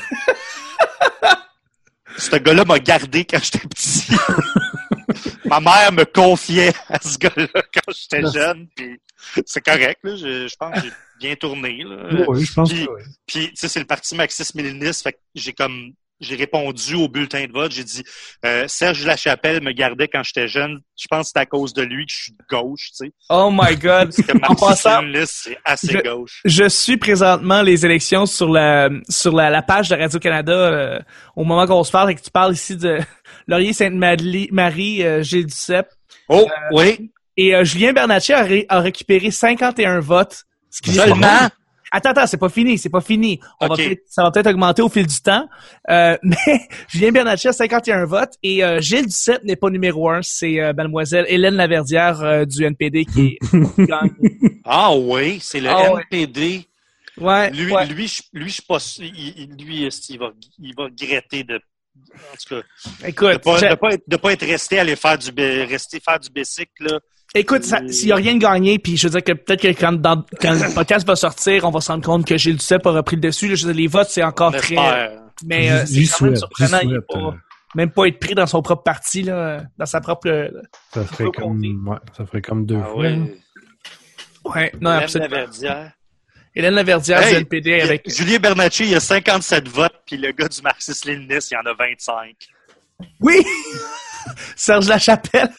Ce gars-là m'a gardé quand j'étais petit. Ma mère me confiait à ce gars-là quand j'étais jeune. Puis c'est correct, là. Je, je pense que j'ai bien tourné, là. Oui, je pense puis, que oui. Puis, tu sais, c'est le parti marxiste-léniniste, fait que j'ai comme, j'ai répondu au bulletin de vote, j'ai dit, euh, Serge Lachapelle me gardait quand j'étais jeune, je pense que c'est à cause de lui que je suis de gauche, tu sais. Oh my God! Parce que marxiste-léniniste, c'est assez je, gauche. Je suis présentement les élections sur la sur la, la page de Radio-Canada euh, au moment qu'on se parle et que tu parles ici de Laurier-Sainte-Marie, euh, Gilles Duceppe. Oh, euh, oui. Et euh, Julien Bernatchez a, ré, a récupéré cinquante et un votes. Ce qui Seulement? Attends, attends, c'est pas fini, c'est pas fini. On okay. va peut-être, ça va peut-être augmenter au fil du temps. Euh, mais Julien Bernatchez a cinquante et un votes et euh, Gilles Duceppe n'est pas numéro un. C'est euh, mademoiselle Hélène Laverdière euh, du N P D qui gagne. Ah oui, c'est le ah, N P D. Ouais. Lui, ouais. lui, je, lui, je suis pas sûr. Il, lui, il va, il va regretter de, en tout cas, Écoute, de pas, je... de pas être, de pas être resté aller faire du, rester faire du bicycle, là. Écoute, s'il y a rien de gagné, puis je veux dire que peut-être que quand, dans, quand le podcast va sortir, on va se rendre compte que Gilles Duceppe a repris le dessus. Là, je veux dire, les votes, c'est encore on très... espère. Mais euh, c'est quand même surprenant. Il souhaite, pas, euh... même pas être pris dans son propre parti, là, dans sa propre... Ça ferait comme, ouais, ça ferait comme deux ah, fois. Ouais, ouais non, Hélène absolument. Laverdière. Hélène Laverdière hey, du N P D avec... Julien Bernatchez, il y a cinquante-sept votes, puis le gars du marxiste-léniniste, il y en a vingt-cinq. Oui! Serge Lachapelle.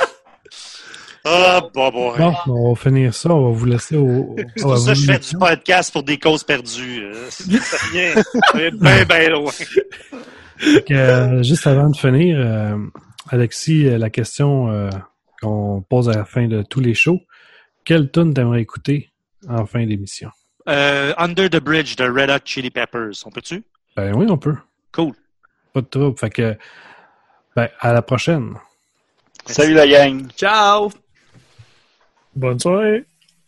Ah, bon, bon. Bon, on va finir ça. On va vous laisser au... C'est pour ça que je fais du podcast pour des causes perdues. C'est rien. bien, bien loin. Donc, euh, juste avant de finir, euh, Alexis, la question euh, qu'on pose à la fin de tous les shows, quelle tune t'aimerais écouter en fin d'émission? Euh, Under the Bridge de Red Hot Chili Peppers. On peut-tu? Ben oui, on peut. Cool. Pas de trouble. Fait que, ben, à la prochaine. Merci. Salut la gang. Ciao. Bonne soirée.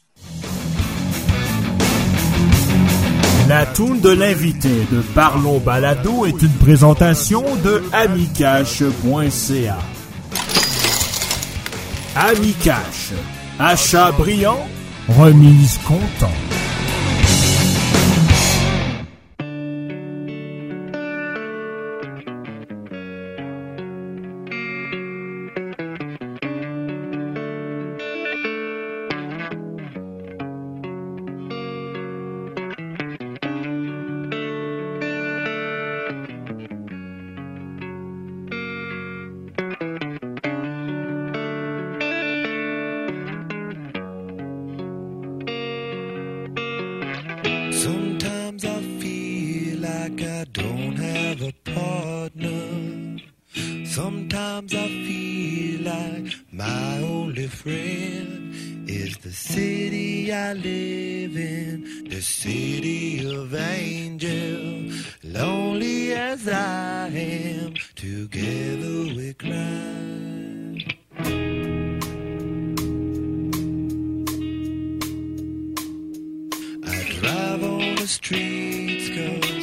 La toune de l'invité de Parlons Balado est une présentation de amicache point c a. Amicache. Achat brillant, remise content. Streets go